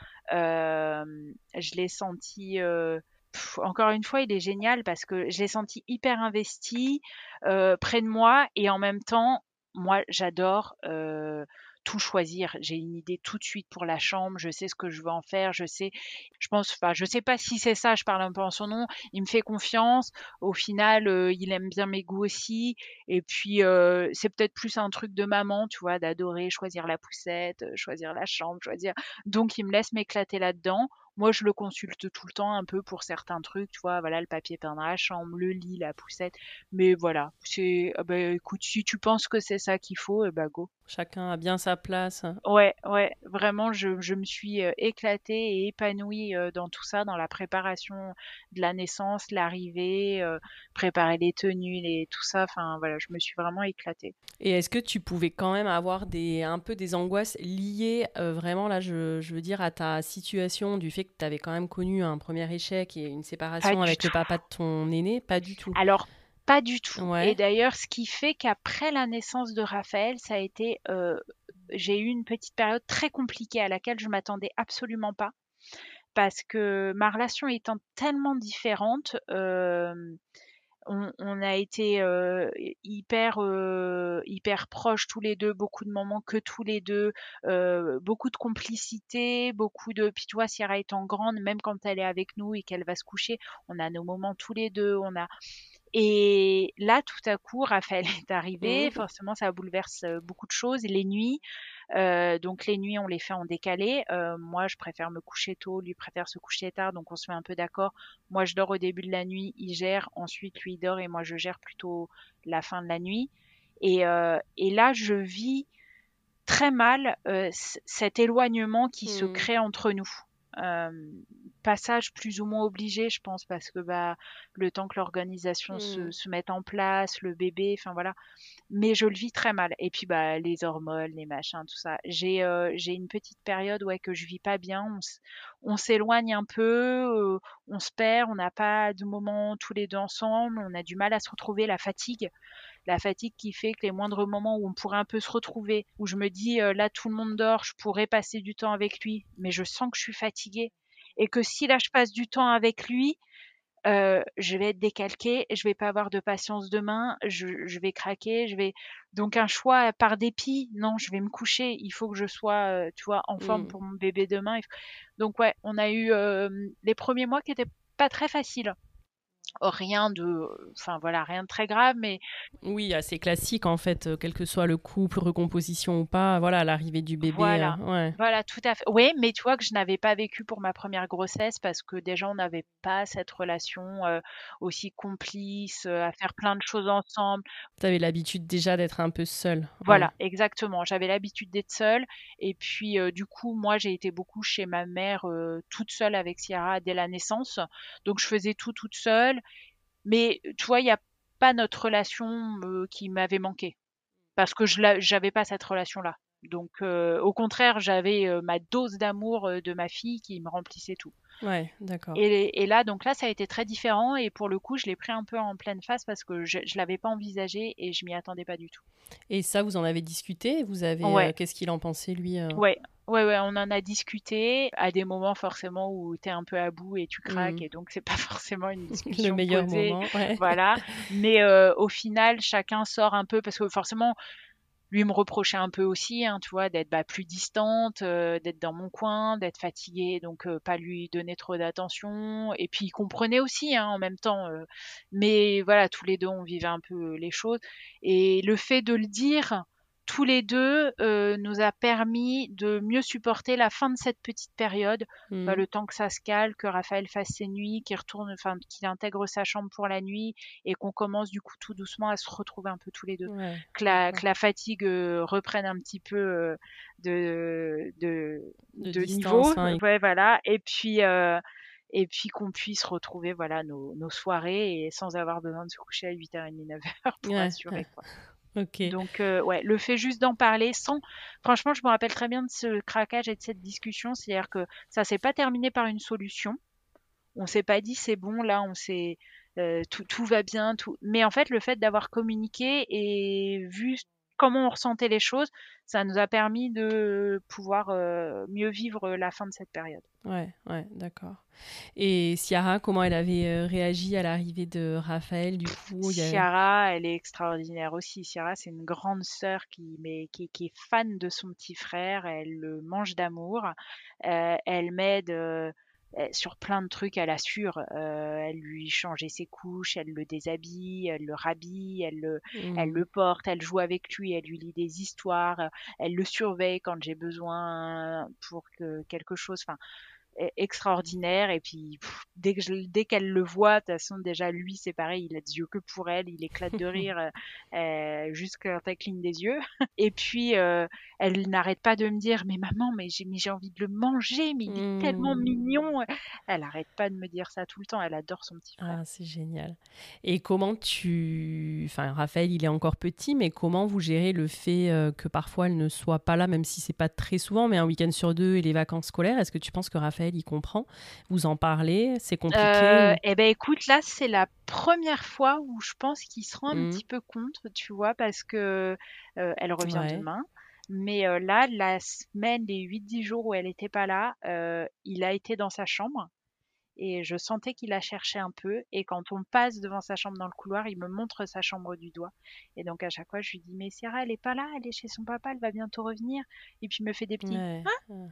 Hem, je l'ai senti, heu, encore une fois, il est génial parce que je l'ai senti hyper investi, heu, près de moi et en même temps, moi j'adore, heu, tout choisir. J'ai une idée tout de suite pour la chambre, je sais ce que je veux en faire, je sais je pense enfin, je sais pas si c'est ça, je parle un peu en son nom. Il me fait confiance. Au final, heu, il aime bien mes goûts aussi et puis, heu, c'est peut-être plus un truc de maman, tu vois, d'adorer choisir la poussette, heu, choisir la chambre, choisir donc il me laisse m'éclater là-dedans. Moi, je le consulte tout le temps un peu pour certains trucs, tu vois, voilà, le papier peint dans la chambre, le lit, la poussette. Mais voilà, c'est, ah bah, écoute, si tu penses que c'est ça qu'il faut, eh bah, go. Chacun a bien sa place. Ouais, ouais, vraiment, je, je me suis euh, éclatée et épanouie euh, dans tout ça, dans la préparation de la naissance, l'arrivée, euh, préparer les tenues, les, tout ça. Enfin, voilà, je me suis vraiment éclatée. Et est-ce que tu pouvais quand même avoir des un peu des angoisses liées, heu, vraiment là, je je veux dire à ta situation, du fait que tu avais quand même connu un premier échec et une Pas séparation du avec le tout. papa de ton aîné? Pas du tout? Alors, pas du tout. Et Ouais. d'ailleurs, ce qui fait qu'après la naissance de Raphaël, ça a été, euh, j'ai eu une petite période très compliquée à laquelle je m'attendais absolument pas. Parce que ma relation étant tellement différente, euh, on, on a été euh, hyper, euh, hyper proches tous les deux, beaucoup de moments que tous les deux, euh, beaucoup de complicité, beaucoup de. Puis tu vois, Sierra étant grande, même quand elle est avec nous et qu'elle va se coucher, on a nos moments tous les deux, on a et là, tout à coup, Raphaël est arrivé. Mmh. Forcément, ça bouleverse euh, beaucoup de choses. Les nuits, euh, donc les nuits, on les fait en décalé. Euh, moi, je préfère me coucher tôt, lui préfère se coucher tard, donc on se met un peu d'accord. Moi, je dors au début de la nuit, il gère. Ensuite, lui il dort et moi, je gère plutôt la fin de la nuit. Et, euh, et là, je vis très mal euh, c- cet éloignement qui se Mmh. crée entre nous. Euh, Passage plus ou moins obligé, je pense, parce que bah le temps que l'organisation se, Mmh. se mette en place, le bébé, enfin voilà. Mais je le vis très mal. Et puis bah les hormones, les machins, tout ça. J'ai euh, j'ai une petite période ouais que je vis pas bien. On, s- on s'éloigne un peu, euh, on se perd, on n'a pas de moments tous les deux ensemble, on a du mal à se retrouver, la fatigue la fatigue qui fait que les moindres moments où on pourrait un peu se retrouver, où je me dis euh, là tout le monde dort, je pourrais passer du temps avec lui, mais je sens que je suis fatiguée et que si là je passe du temps avec lui, euh, je vais être décalquée, je vais pas avoir de patience demain, je, je vais craquer, je vais donc un choix par dépit. Non, je vais me coucher. Il faut que je sois, euh, tu vois, en forme Mmh. pour mon bébé demain. Il faut- Donc ouais, on a eu euh, les premiers mois qui étaient pas très faciles. Rien de, enfin voilà, rien de très grave, mais Oui, assez classique en fait, heu, quel que soit le couple, recomposition ou pas, voilà, l'arrivée du bébé, heu, voilà, ouais. voilà, tout à fait. Oui, mais tu vois que je n'avais pas vécu pour ma première grossesse parce que déjà on n'avait pas cette relation euh, aussi complice, euh, à faire plein de choses ensemble. Tu avais l'habitude déjà d'être un peu seule, ouais. Voilà, exactement. J'avais l'habitude d'être seule et puis euh, du coup, moi j'ai été beaucoup chez ma mère euh, toute seule avec Ciara dès la naissance. Donc je faisais tout toute seule. Mais tu vois, il n'y a pas notre relation euh, qui m'avait manqué. Parce que je la j'avais pas cette relation-là. Donc, heu, au contraire, j'avais, heu, ma dose d'amour, heu, de ma fille qui me remplissait tout. Ouais, d'accord. Et, et là, donc là, ça a été très différent. Et pour le coup, je l'ai pris un peu en pleine face parce que je ne l'avais pas envisagé et je m'y attendais pas du tout. Et ça, vous en avez discuté? Vous avez, Ouais, euh, qu'est-ce qu'il en pensait, lui euh ouais, ouais, ouais, on en a discuté à des moments forcément où tu es un peu à bout et tu craques Hmm. et donc c'est pas forcément une Le discussion meilleur posée, moment, ouais. voilà. Mais euh, au final, chacun sort un peu parce que forcément, lui me reprochait un peu aussi, hein, tu vois, d'être bah, plus distante, euh, d'être dans mon coin, d'être fatiguée, donc euh, pas lui donner trop d'attention. Et puis il comprenait aussi, hein, en même temps. euh, mais voilà, tous les deux, on vivait un peu les choses. Et le fait de le dire tous les deux euh, nous a permis de mieux supporter la fin de cette petite période, bah, Hmm. le temps que ça se cale, que Raphaël fasse ses nuits, qu'il retourne, enfin qu'il intègre sa chambre pour la nuit et qu'on commence du coup tout doucement à se retrouver un peu tous les deux Ouais, que la, d'accord. que la fatigue euh, reprenne un petit peu euh, de, de, De de niveau. distance, hein. Ouais, voilà. Et puis, euh, et puis qu'on puisse retrouver voilà, nos, nos soirées et sans avoir besoin de se coucher à huit heures trente, neuf heures pour Ouais, assurer, quoi. ok. Donc, euh, ouais, le fait juste d'en parler sans. Franchement, je me rappelle très bien de ce craquage et de cette discussion. C'est-à-dire que ça s'est pas terminé par une solution. On s'est pas dit c'est bon, là, on s'est. euh, tout, tout va bien, tout. Mais en fait, le fait d'avoir communiqué et vu comment on ressentait les choses, ça nous a permis de pouvoir euh, mieux vivre la fin de cette période. Ouais, ouais, d'accord. Et Ciara, comment elle avait euh, réagi à l'arrivée de Raphaël, du coup, il y avait... Ciara, elle est extraordinaire aussi. Ciara, c'est une grande sœur qui, mais, qui, qui est fan de son petit frère. Elle le mange d'amour. Euh, elle m'aide euh, euh, sur plein de trucs. Elle assure. Euh, elle lui change ses couches, elle le déshabille, elle le rhabille, elle le, elle Hmm. le porte, elle joue avec lui, elle lui lit des histoires, elle le surveille quand j'ai besoin pour que quelque chose. Enfin, e- extraordinaire. Et puis, pff, dès que je- dès qu'elle le voit, de toute façon, déjà, lui, c'est pareil, il a des yeux que pour elle, il éclate de rire euh, euh, juste quand elle cligne des yeux. Et puis, euh, elle n'arrête pas de me dire, mais maman, mais j'ai mais j'ai envie de le manger, mais il est tellement Hmm. mignon. Elle n'arrête pas de me dire ça tout le temps, elle adore son petit frère. Ah, c'est génial. Et comment tu... Enfin, Raphaël, il est encore petit, mais comment vous gérez le fait euh, que parfois elle ne soit pas là, même si c'est pas très souvent, mais un week-end sur deux et les vacances scolaires? Est-ce que tu penses que Raphaël, il comprend? Vous en parlez? C'est compliqué Euh, ou... eh ben écoute, là c'est la première fois où je pense qu'il se rend un Hmm. petit peu compte, tu vois, parce que euh, elle revient Ouais, demain. Mais euh, là, la semaine, les huit dix jours où elle n'était pas là, euh, il a été dans sa chambre et je sentais qu'il la cherchait un peu. Et quand on passe devant sa chambre dans le couloir, il me montre sa chambre du doigt. Et donc à chaque fois, je lui dis, mais Sarah, elle est pas là, elle est chez son papa, elle va bientôt revenir. Et puis il me fait des petits, ouais.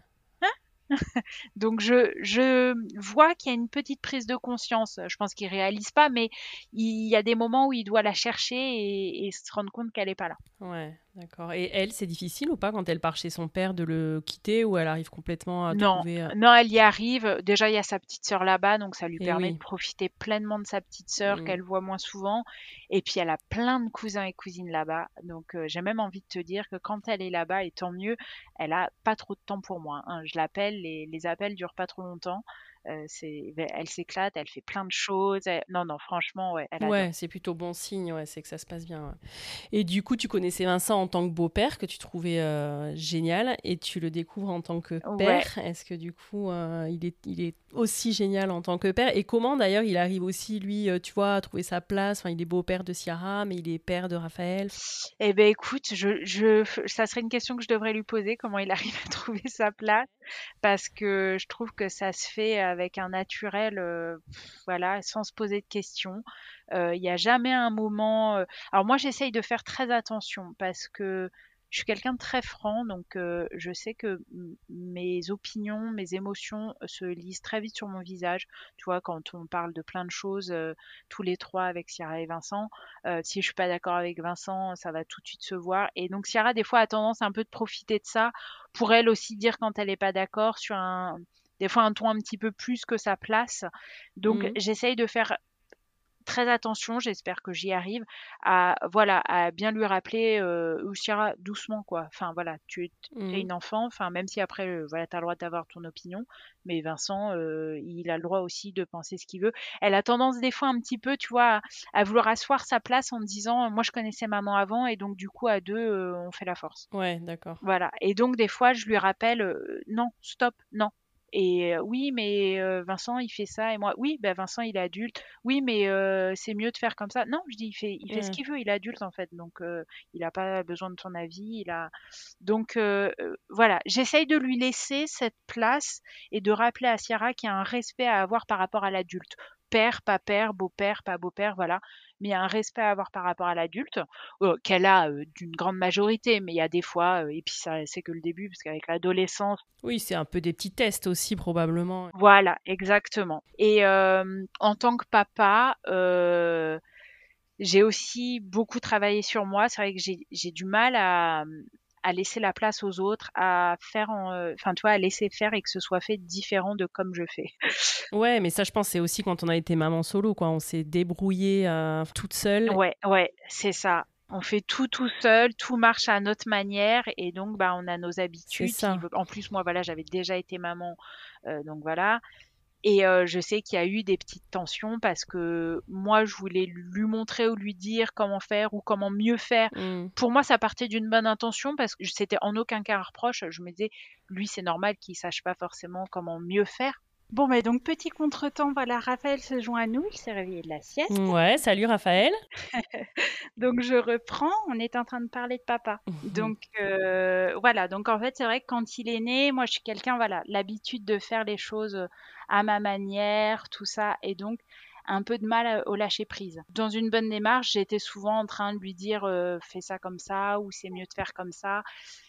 donc je, je vois qu'il y a une petite prise de conscience. Je pense qu'il réalise pas, mais il y a des moments où il doit la chercher et, et se rendre compte qu'elle est pas là. Ouais, d'accord. Et elle, c'est difficile ou pas quand elle part chez son père de le quitter ou elle arrive complètement à Non, trouver... euh, non, elle y arrive. Déjà, il y a sa petite sœur là-bas, donc ça lui Eh permet de oui. profiter pleinement de sa petite sœur Mm. qu'elle voit moins souvent. Et puis, elle a plein de cousins et cousines là-bas. Donc, euh, j'ai même envie de te dire que quand elle est là-bas, et tant mieux, elle a pas trop de temps pour moi, hein. Je l'appelle, les, les appels durent pas trop longtemps. Euh, c'est, elle s'éclate, elle fait plein de choses. Elle- Non, non, franchement, ouais, elle Ouais, adore. c'est plutôt bon signe, ouais, c'est que ça se passe bien. Ouais. Et du coup, tu connaissais Vincent en tant que beau-père, que tu trouvais euh, génial, et tu le découvres en tant que Ouais. père. Est-ce que du coup, euh, il est, il est aussi génial en tant que père? Et comment d'ailleurs il arrive aussi, lui, euh, tu vois, à trouver sa place? Enfin, il est beau-père de Ciara, mais il est père de Raphaël. Eh ben écoute, je, je, ça serait une question que je devrais lui poser, comment il arrive à trouver sa place, parce que je trouve que ça se fait avec un naturel, euh, pff, voilà, sans se poser de questions. Euh, Il n'y a jamais un moment. euh, Alors moi, j'essaye de faire très attention parce que je suis quelqu'un de très franc, donc euh, je sais que m- mes opinions, mes émotions euh, se lisent très vite sur mon visage. Tu vois, quand on parle de plein de choses, euh, tous les trois avec Ciara et Vincent, euh, si je suis pas d'accord avec Vincent, ça va tout de suite se voir. Et donc Ciara, des fois, a tendance un peu de profiter de ça pour elle aussi dire quand elle n'est pas d'accord sur un, des fois un ton un petit peu plus que sa place. Donc Mhm. j'essaye de faire très attention, j'espère que j'y arrive, à voilà, à bien lui rappeler, euh, Oussiara, doucement quoi. Enfin voilà, tu es, t'es Mhm. une enfant, enfin même si après euh, voilà, t'as le droit d'avoir ton opinion, mais Vincent, euh, il a le droit aussi de penser ce qu'il veut. Elle a tendance des fois un petit peu, tu vois, à, à vouloir asseoir sa place en me disant, moi je connaissais maman avant et donc du coup à deux, euh, on fait la force. Ouais, d'accord. Voilà. Et donc des fois je lui rappelle, euh, non, stop, non. Et euh, oui, mais euh, Vincent, il fait ça. Et moi, oui, ben Vincent, il est adulte. Oui, mais euh, c'est mieux de faire comme ça. Non, je dis, il fait, il fait ce Ouais. qu'il veut. Il est adulte, en fait. Donc, euh, il n'a pas besoin de ton avis. Il a... Donc, euh, euh, voilà. J'essaye de lui laisser cette place et de rappeler à Ciara qu'il y a un respect à avoir par rapport à l'adulte. Père, pas père, beau-père, pas beau-père, voilà. Mais il y a un respect à avoir par rapport à l'adulte, euh, qu'elle a euh, d'une grande majorité. Mais il y a des fois, euh, et puis ça, c'est que le début, parce qu'avec l'adolescence, Oui, c'est un peu des petits tests aussi, probablement. voilà, exactement. Et euh, en tant que papa, euh, j'ai aussi beaucoup travaillé sur moi. C'est vrai que j'ai j'ai du mal à, à laisser la place aux autres, à faire, en, euh, enfin, tu vois, à laisser faire et que ce soit fait différent de comme je fais. Ouais, mais ça, je pense, c'est aussi quand on a été maman solo, quoi. On s'est débrouillé euh, toute seule. Ouais, ouais, c'est ça. On fait tout tout seul, tout marche à notre manière et donc bah on a nos C'est habitudes qui ça. en plus moi voilà, j'avais déjà été maman euh, donc voilà. Et euh, je sais qu'il y a eu des petites tensions parce que moi, je voulais lui montrer ou lui dire comment faire ou comment mieux faire. Mm. Pour moi, ça partait d'une bonne intention parce que c'était en aucun cas un reproche. Je me disais, lui, c'est normal qu'il sache pas forcément comment mieux faire. Bon, mais donc, petit contretemps, voilà, Raphaël se joint à nous, il s'est réveillé de la sieste. Ouais, salut Raphaël. Donc, je reprends, on est en train de parler de papa. Donc, euh, voilà, donc en fait, c'est vrai que quand il est né, moi, je suis quelqu'un, voilà, l'habitude de faire les choses à ma manière, tout ça, et donc un peu de mal à- au lâcher prise. Dans une bonne démarche, j'étais souvent en train de lui dire euh, fais ça comme ça ou c'est mieux de faire comme ça.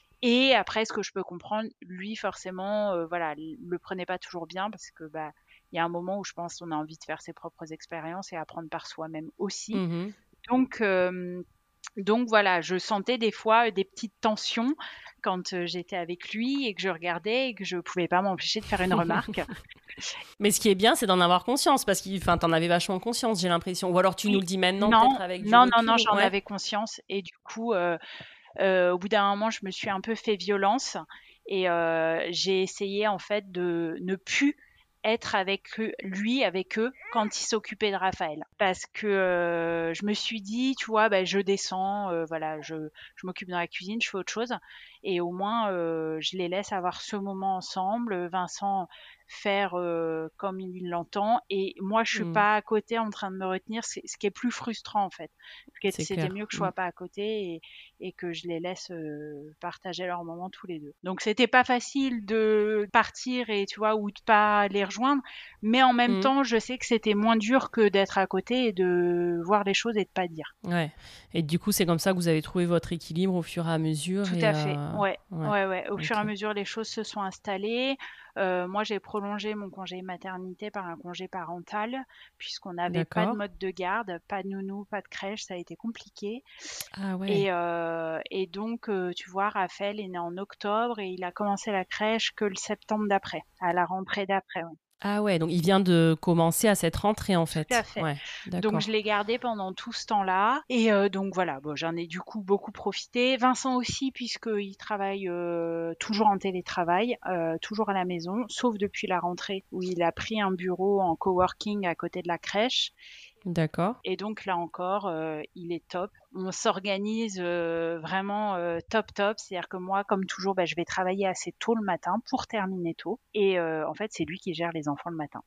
Et après, ce que je peux comprendre, lui forcément, euh, voilà, l- le prenait pas toujours bien parce que bah il y a un moment où je pense qu'on a envie de faire ses propres expériences et apprendre par soi-même aussi. Mhm. Donc, euh, donc voilà, je sentais des fois des petites tensions quand euh, j'étais avec lui et que je regardais et que je pouvais pas m'empêcher de faire une remarque. Mais ce qui est bien, c'est d'en avoir conscience, parce que enfin, t'en avais vachement conscience, j'ai l'impression. Ou alors tu nous Oui, le dis maintenant, peut-être non, avec du non, non, non, recul. j'en Ouais. avais conscience et du coup, euh, euh, au bout d'un moment, je me suis un peu fait violence et euh, j'ai essayé en fait de ne plus être avec eux- lui, avec eux, quand il s'occupait de Raphaël. Parce que euh, je me suis dit, tu vois, ben, je descends, euh, voilà, je, je m'occupe dans la cuisine, je fais autre chose. Et au moins, euh, je les laisse avoir ce moment ensemble. Vincent faire euh, comme il l'entend. Et moi, je suis Mm. pas à côté en train de me retenir, c'est ce qui est plus frustrant en fait. Ce qui est- C'est C'était clair. mieux que je Mm. sois pas à côté et, et que je les laisse euh, partager leur moment tous les deux. Donc c'était pas facile de partir et tu vois ou de pas les rejoindre, mais en même Mm. temps, je sais que c'était moins dur que d'être à côté et de voir les choses et de pas dire. Ouais. Et du coup, c'est comme ça que vous avez trouvé votre équilibre au fur et à mesure. Tout Et à fait. euh, Ouais. ouais. Ouais, ouais. Au fur et Ok. à mesure, les choses se sont installées. Euh, moi, j'ai prolongé mon congé maternité par un congé parental, puisqu'on n'avait pas de D'accord. mode de garde, pas de nounou, pas de crèche, ça a été compliqué. Ah ouais. Et, euh, et donc, euh, tu vois, Raphaël est né en octobre et il a commencé la crèche que le septembre d'après, à la rentrée d'après. Ouais. Ah ouais. Donc il vient de commencer à cette rentrée en Tout à fait. fait. Ouais. Donc je D'accord. l'ai gardé pendant tout ce temps-là. Et euh, donc voilà, bon, j'en ai du coup beaucoup profité. Vincent aussi, puisqu'il travaille euh, toujours en télétravail, euh, toujours à la maison, sauf depuis la rentrée où il a pris un bureau en coworking à côté de la crèche. D'accord. Et donc là encore, euh, il est top. On s'organise euh, vraiment euh, top top. C'est-à-dire que moi, comme toujours, bah, je vais travailler assez tôt le matin pour terminer tôt. Et euh, en fait, c'est lui qui gère les enfants le matin.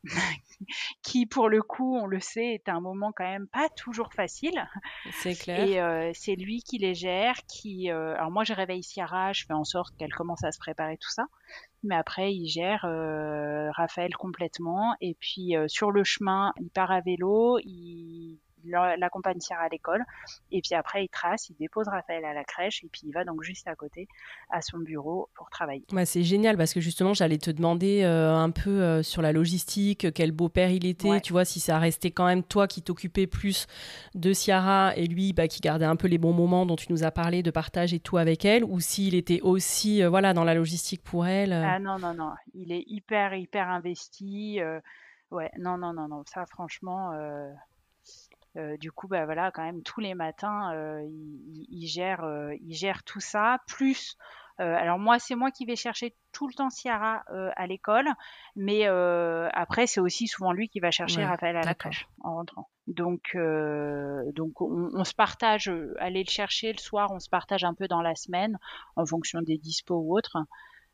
Qui, pour le coup, on le sait, est un moment quand même pas toujours facile. C'est clair. Et euh, c'est lui qui les gère. Qui, euh, alors moi, je réveille Ciara, je fais en sorte qu'elle commence à se préparer tout ça. Mais après, il gère euh, Raphaël complètement. Et puis, euh, sur le chemin, il part à vélo, il il l'accompagne Ciara à l'école. Et puis après, il trace, il dépose Raphaël à la crèche. Et puis, il va donc juste à côté, à son bureau, pour travailler. Ouais, c'est génial parce que justement, j'allais te demander euh, un peu euh, sur la logistique, quel beau-père il était, Ouais. tu vois, si ça restait quand même toi qui t'occupais plus de Ciara et lui bah, qui gardait un peu les bons moments dont tu nous as parlé de partage et tout avec elle, ou s'il était aussi euh, voilà, dans la logistique pour elle. euh. Ah non, non, non. Il est hyper, hyper investi. euh, ouais, non, non, non, non. Ça, franchement, euh, euh, du coup, bah voilà, quand même, tous les matins, euh, il, il- il gère, euh, il gère tout ça. Plus, euh, alors moi, c'est moi qui vais chercher tout le temps Ciara euh, à l'école, mais euh, après, c'est aussi souvent lui qui va chercher Ouais, Raphaël à la d'accord. crèche en rentrant. Donc, euh, donc on, on se partage, euh, aller le chercher le soir, on se partage un peu dans la semaine en fonction des dispos ou autres.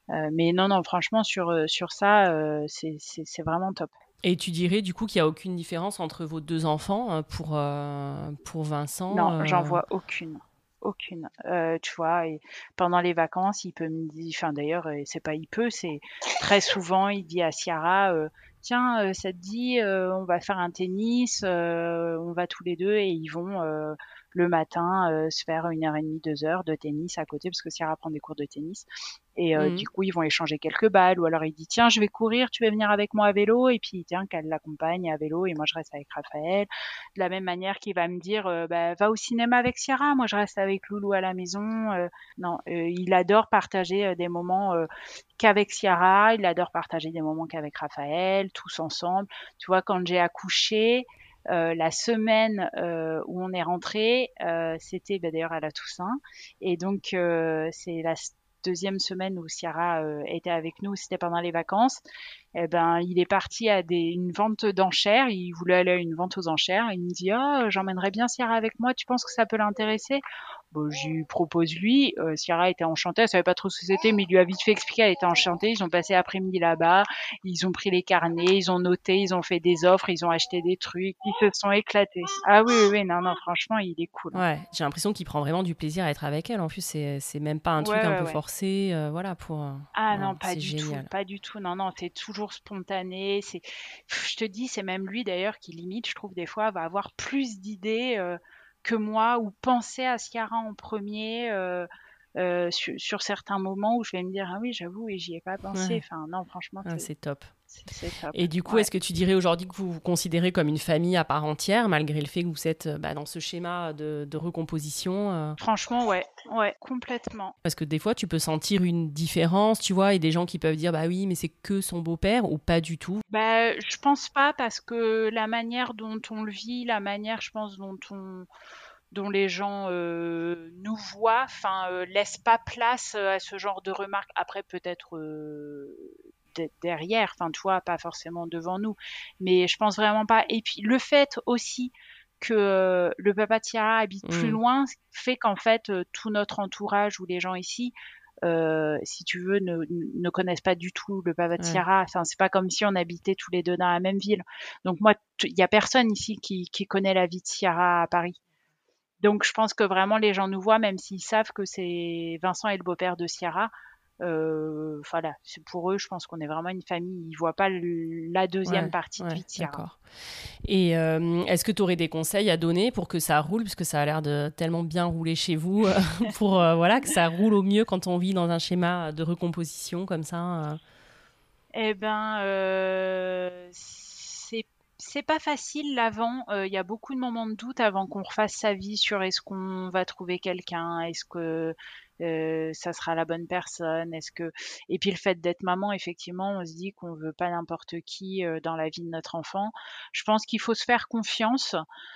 Euh, mais non, non, franchement, sur, euh, sur ça, euh, c'est, c'est, c'est vraiment top. Et tu dirais du coup qu'il n'y a aucune différence entre vos deux enfants euh, pour, euh, pour Vincent Non, j'en euh, vois aucune. Aucune. Euh, tu vois, et pendant les vacances, il peut me dire, enfin d'ailleurs, euh, c'est pas il peut, c'est très souvent, il dit à Ciara, euh, tiens, euh, ça te dit, euh, on va faire un tennis, euh, on va tous les deux et ils vont euh, le matin euh, se faire une heure et demie, deux heures de tennis à côté, parce que Ciara prend des cours de tennis. Et euh, du mhm. coup, ils vont échanger quelques balles, ou alors il dit, tiens, je vais courir, tu vas venir avec moi à vélo, et puis tiens, qu'elle l'accompagne à vélo, et moi je reste avec Raphaël. De la même manière qu'il va me dire, euh, bah, va au cinéma avec Ciara, moi je reste avec Loulou à la maison. Euh, non, euh, il adore partager euh, des moments euh, qu'avec Ciara, il adore partager des moments qu'avec Raphaël, tous ensemble. Tu vois, quand j'ai accouché, euh, la semaine euh, où on est rentré, euh, c'était bah, d'ailleurs à la Toussaint, et donc euh, c'est la deuxième semaine où Ciara euh, était avec nous, c'était pendant les vacances. Eh ben, il est parti à des, une vente d'enchères. Il voulait aller à une vente aux enchères. Il me dit, ah, oh, j'emmènerais bien Ciara avec moi. Tu penses que ça peut l'intéresser? Bon, je lui propose lui. Euh, Ciara était enchantée. Elle savait pas trop ce que c'était, mais il lui a vite fait expliquer. Elle était enchantée. Ils ont passé l'après-midi là-bas. Ils ont pris les carnets, ils ont noté, ils ont fait des offres, ils ont acheté des trucs. Ils se sont éclatés. Ah oui, oui, oui, non, non, franchement, il est cool. Hein. Ouais, j'ai l'impression qu'il prend vraiment du plaisir à être avec elle. En plus, c'est, c'est même pas un truc Ouais, un ouais, peu ouais. forcé. euh, voilà, pour. euh, Ah non, non, pas c'est du tout, génial. pas du tout. Non, non, c'est toujours spontané. C'est, je te dis, c'est même lui d'ailleurs qui limite, je trouve des fois, va avoir plus d'idées euh, que moi ou penser à Ciara en premier euh, euh, sur, sur certains moments où je vais me dire ah oui, j'avoue, et j'y ai pas pensé. Ouais, Enfin non, franchement, ah, c'est c'est top. c'est c'est top. Et du coup, Ouais. est-ce que tu dirais aujourd'hui que vous vous considérez comme une famille à part entière, malgré le fait que vous êtes euh, bah, dans ce schéma de, de recomposition euh, Franchement, ouais, ouais, complètement. Parce que des fois, tu peux sentir une différence, tu vois, et des gens qui peuvent dire, bah oui, mais c'est que son beau-père, ou pas du tout. Bah, je pense pas parce que la manière dont on le vit, la manière, je pense, dont on dont les gens euh, nous voient, enfin, euh, laisse pas place euh, à ce genre de remarques. Après, peut-être euh, de- derrière, enfin, tu vois, pas forcément devant nous, mais je pense vraiment pas. Et puis, le fait aussi que euh, le papa de Ciara habite plus Mm. loin fait qu'en fait, euh, tout notre entourage ou les gens ici, euh, si tu veux, ne, ne connaissent pas du tout le papa de Ouais. Ciara. Enfin, c'est pas comme si on habitait tous les deux dans la même ville. Donc moi, il y a personne ici qui, qui connaît la vie de Ciara à Paris. Donc je pense que vraiment les gens nous voient, même s'ils savent que c'est Vincent et le beau-père de Ciara. Euh, voilà, c'est pour eux, je pense qu'on est vraiment une famille. Ils voient pas le- la deuxième Ouais, partie de ouais, vie de Ciara. d'accord. Et euh, est-ce que tu aurais des conseils à donner pour que ça roule, puisque ça a l'air de tellement bien rouler chez vous, euh, pour euh, voilà, que ça roule au mieux quand on vit dans un schéma de recomposition comme ça euh. Eh ben, euh, c'est c'est pas facile l'avant. Euh, Il y a beaucoup de moments de doute avant qu'on refasse sa vie sur est-ce qu'on va trouver quelqu'un, est-ce que euh, ça sera la bonne personne, est-ce que et puis le fait d'être maman, effectivement, on se dit qu'on veut pas n'importe qui euh, dans la vie de notre enfant. Je pense qu'il faut se faire confiance.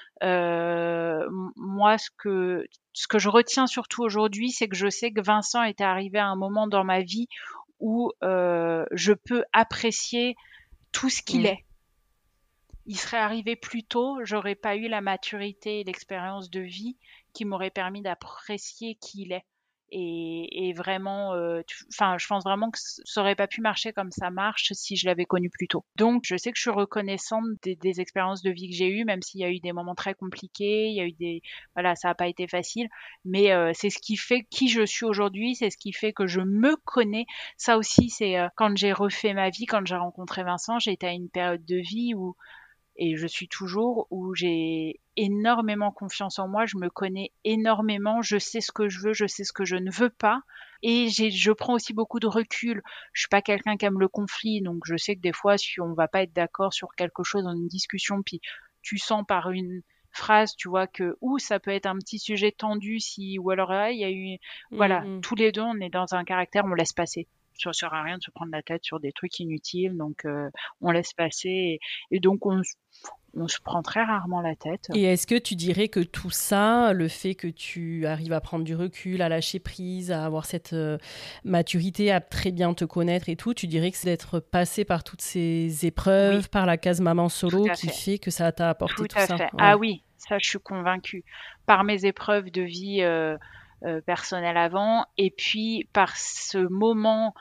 Euh, m- moi, ce que ce que je retiens surtout aujourd'hui, c'est que je sais que Vincent était arrivé à un moment dans ma vie où euh, je peux apprécier tout ce qu'il Mm. est. Il serait arrivé plus tôt, j'aurais pas eu la maturité et l'expérience de vie qui m'aurait permis d'apprécier qui il est. Et, et vraiment, euh, tu- enfin, je pense vraiment que c- ça aurait pas pu marcher comme ça marche si je l'avais connu plus tôt. Donc, je sais que je suis reconnaissante des, des expériences de vie que j'ai eues, même s'il y a eu des moments très compliqués, il y a eu des, voilà, ça n'a pas été facile, mais euh, c'est ce qui fait qui je suis aujourd'hui, c'est ce qui fait que je me connais. Ça aussi, c'est euh, quand j'ai refait ma vie, quand j'ai rencontré Vincent, j'étais à une période de vie où et je suis toujours où j'ai énormément confiance en moi, je me connais énormément, je sais ce que je veux, je sais ce que je ne veux pas et j'ai je prends aussi beaucoup de recul. Je suis pas quelqu'un qui aime le conflit, donc je sais que des fois si on va pas être d'accord sur quelque chose dans une discussion puis tu sens par une phrase, tu vois que ou ça peut être un petit sujet tendu si ou alors ah, il y a eu Mm, voilà, mm. tous les deux on est dans un caractère, on laisse passer. Ça sert à rien de se prendre la tête sur des trucs inutiles, donc euh, on laisse passer et, et donc on on se prend très rarement la tête. Et est-ce que tu dirais que tout ça, le fait que tu arrives à prendre du recul, à lâcher prise, à avoir cette euh, maturité, à très bien te connaître et tout, tu dirais que c'est d'être passé par toutes ces Oui, épreuves, par la case maman tout solo à qui fait. fait que ça t'a apporté Tout tout à ça? fait. Ah Ouais. oui, ça, je suis convaincue. Par mes épreuves de vie euh, euh, personnelles avant, et puis par ce moment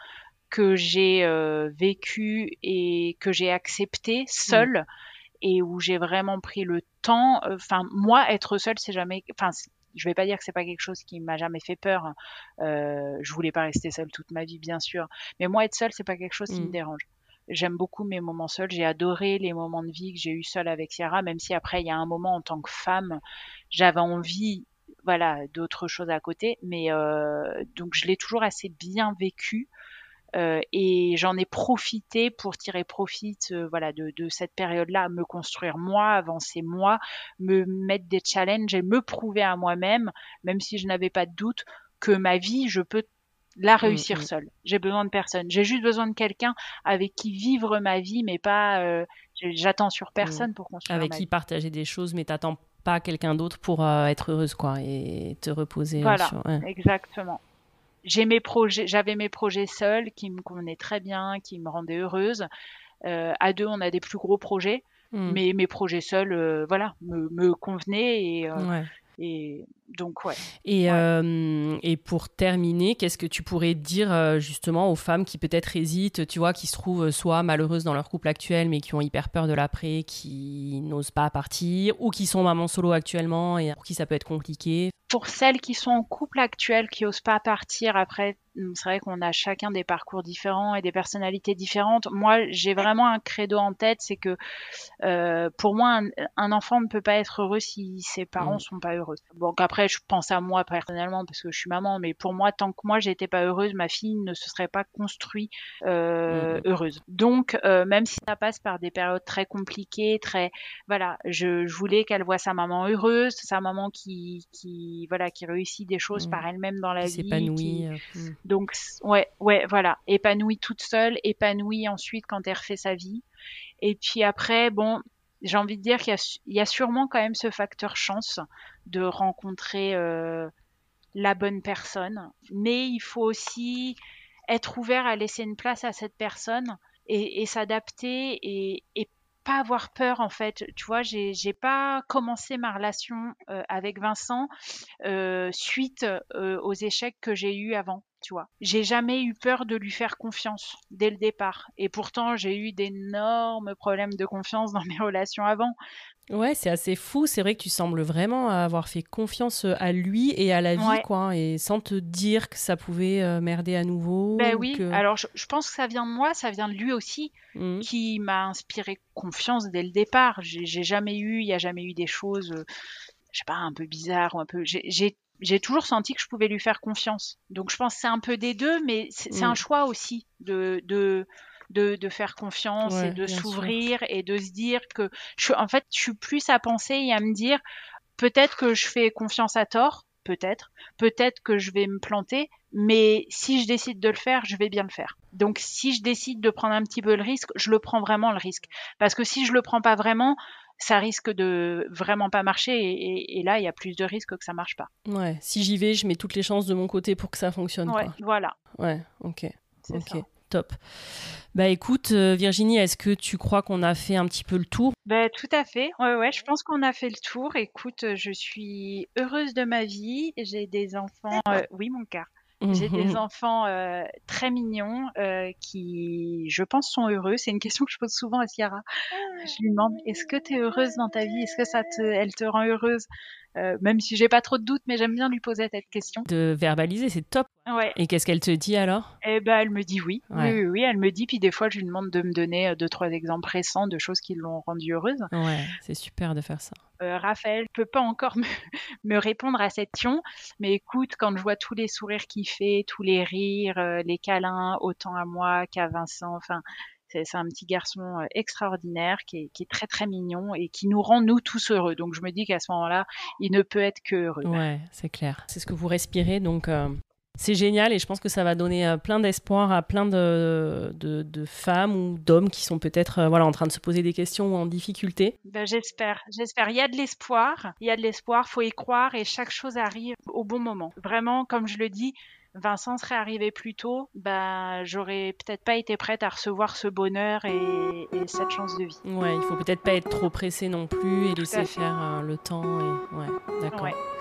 que j'ai euh, vécu et que j'ai accepté seule mmh. et où j'ai vraiment pris le temps. Enfin, moi, être seule, c'est jamais... Enfin, je vais pas dire que c'est pas quelque chose qui m'a jamais fait peur. Euh, je voulais pas rester seule toute ma vie, bien sûr. Mais moi, être seule, c'est pas quelque chose qui mmh. me dérange. J'aime beaucoup mes moments seuls. J'ai adoré les moments de vie que j'ai eu seule avec Ciara, même si après, il y a un moment en tant que femme, j'avais envie, voilà, d'autres choses à côté. Mais euh, donc, je l'ai toujours assez bien vécu. Euh, et j'en ai profité pour tirer profit euh, voilà, de, de cette période-là, me construire moi, avancer moi, me mettre des challenges et me prouver à moi-même, même si je n'avais pas de doute, que ma vie, je peux la réussir mmh, seule. J'ai besoin de personne. J'ai juste besoin de quelqu'un avec qui vivre ma vie, mais pas... Euh, j'attends sur personne mmh. pour construire avec ma qui vie. partager des choses, mais t'attends pas quelqu'un d'autre pour euh, être heureuse, quoi, et te reposer voilà, sur... Ouais. Exactement. J'ai mes projets, j'avais mes projets seuls qui me convenaient très bien, qui me rendaient heureuse. Euh, à deux, on a des plus gros projets, mmh. mais mes projets seuls, euh, voilà, me, me convenaient et, euh, ouais. et donc ouais. Et, ouais. Euh, et pour terminer, qu'est-ce que tu pourrais dire euh, justement aux femmes qui peut-être hésitent, tu vois, qui se trouvent soit malheureuses dans leur couple actuel, mais qui ont hyper peur de l'après, qui n'osent pas partir, ou qui sont maman solo actuellement et pour qui ça peut être compliqué? Pour celles qui sont en couple actuel, qui n'osent pas partir, après, c'est vrai qu'on a chacun des parcours différents et des personnalités différentes. Moi, j'ai vraiment un credo en tête, c'est que euh, pour moi, un, un enfant ne peut pas être heureux si ses parents mmh. sont pas heureux. Bon, après, je pense à moi personnellement parce que je suis maman, mais pour moi, tant que moi, j'étais pas heureuse, ma fille ne se serait pas construite euh, mmh. heureuse. Donc, euh, même si ça passe par des périodes très compliquées, très, voilà, je, je voulais qu'elle voit sa maman heureuse, sa maman qui, qui voilà, qui réussit des choses mmh. par elle-même dans la qui vie, s'épanouit. Qui... Mmh. Donc ouais, ouais, voilà, épanouie toute seule, épanouie ensuite quand elle refait sa vie. Et puis après, bon, j'ai envie de dire qu'il y a, il y a sûrement quand même ce facteur chance de rencontrer euh, la bonne personne, mais il faut aussi être ouvert à laisser une place à cette personne et, et s'adapter et, et pas avoir peur en fait. Tu vois, j'ai j'ai pas commencé ma relation euh, avec Vincent euh, suite euh, aux échecs que j'ai eus avant. Tu vois, j'ai jamais eu peur de lui faire confiance dès le départ. Et pourtant, j'ai eu d'énormes problèmes de confiance dans mes relations avant. Ouais, c'est assez fou. C'est vrai que tu sembles vraiment avoir fait confiance à lui et à la vie, ouais. quoi, et sans te dire que ça pouvait euh, merder à nouveau. Ben oui. Que... Alors, je, je pense que ça vient de moi, ça vient de lui aussi, mmh. qui m'a inspiré confiance dès le départ. J'ai, j'ai jamais eu, il y a jamais eu des choses, euh, je sais pas, un peu bizarres ou un peu. J'ai, j'ai J'ai toujours senti que je pouvais lui faire confiance. Donc je pense que c'est un peu des deux, mais c'est, c'est mmh. un choix aussi de, de, de, de faire confiance ouais, et de s'ouvrir sûr. Et de se dire que, je, en fait, je suis plus à penser et à me dire, peut-être que je fais confiance à tort, peut-être, peut-être que je vais me planter, mais si je décide de le faire, je vais bien le faire. Donc si je décide de prendre un petit peu le risque, je le prends vraiment le risque. Parce que si je le prends pas vraiment, ça risque de vraiment pas marcher et, et, et là, il y a plus de risques que ça marche pas. Ouais, si j'y vais, je mets toutes les chances de mon côté pour que ça fonctionne. Ouais, quoi. voilà. Ouais, ok. C'est ok, ça. Top. Bah écoute, euh, Virginie, est-ce que tu crois qu'on a fait un petit peu le tour ? Bah, tout à fait. Ouais, ouais, je pense qu'on a fait le tour. Écoute, je suis heureuse de ma vie. J'ai des enfants. Euh, oui, mon cœur. J'ai des enfants euh, très mignons euh, qui, je pense, sont heureux. C'est une question que je pose souvent à Ciara. Je lui demande, est-ce que tu es heureuse dans ta vie ? Est-ce que ça te, elle te rend heureuse ? euh, Même si j'ai pas trop de doutes, mais j'aime bien lui poser cette question. De verbaliser, c'est top. Ouais. Et qu'est-ce qu'elle te dit alors ? Eh ben, elle me dit oui. Ouais. oui. Oui, oui, elle me dit. Puis des fois, je lui demande de me donner deux, trois exemples récents de choses qui l'ont rendue heureuse. Ouais, c'est super de faire ça. Euh, Raphaël peut pas encore me, me répondre à cette question, mais écoute, quand je vois tous les sourires qu'il fait, tous les rires, euh, les câlins, autant à moi qu'à Vincent, enfin, c'est, c'est un petit garçon euh, extraordinaire qui est, qui est très très mignon et qui nous rend nous tous heureux. Donc je me dis qu'à ce moment-là, il ne peut être que heureux. Ouais, c'est clair. C'est ce que vous respirez, donc euh, c'est génial et je pense que ça va donner euh, plein d'espoir à plein de, de, de femmes ou d'hommes qui sont peut-être euh, voilà, en train de se poser des questions ou en difficulté. Ben, j'espère, j'espère. Il y a de l'espoir, il y a de l'espoir, faut y croire et chaque chose arrive au bon moment. Vraiment, comme je le dis, Vincent serait arrivé plus tôt, ben, j'aurais peut-être pas été prête à recevoir ce bonheur et, et cette chance de vie. Ouais, il faut peut-être pas être trop pressé non plus et laisser faire euh, le temps. Et... Ouais, d'accord. Ouais.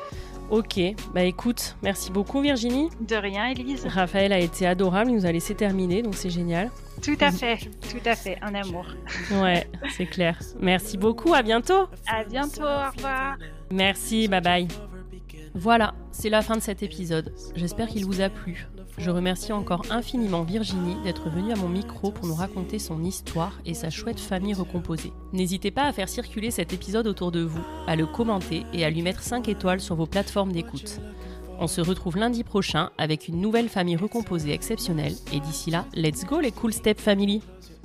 Ok, bah écoute, merci beaucoup Virginie. De rien, Élise. Raphaël a été adorable, il nous a laissé terminer, donc c'est génial. Tout à fait, tout à fait, un amour. Ouais, c'est clair. Merci beaucoup, à bientôt. À bientôt, au revoir. Merci, bye bye. Voilà, c'est la fin de cet épisode. J'espère qu'il vous a plu. Je remercie encore infiniment Virginie d'être venue à mon micro pour nous raconter son histoire et sa chouette famille recomposée. N'hésitez pas à faire circuler cet épisode autour de vous, à le commenter et à lui mettre cinq étoiles sur vos plateformes d'écoute. On se retrouve lundi prochain avec une nouvelle famille recomposée exceptionnelle et d'ici là, let's go les Cool Step Family!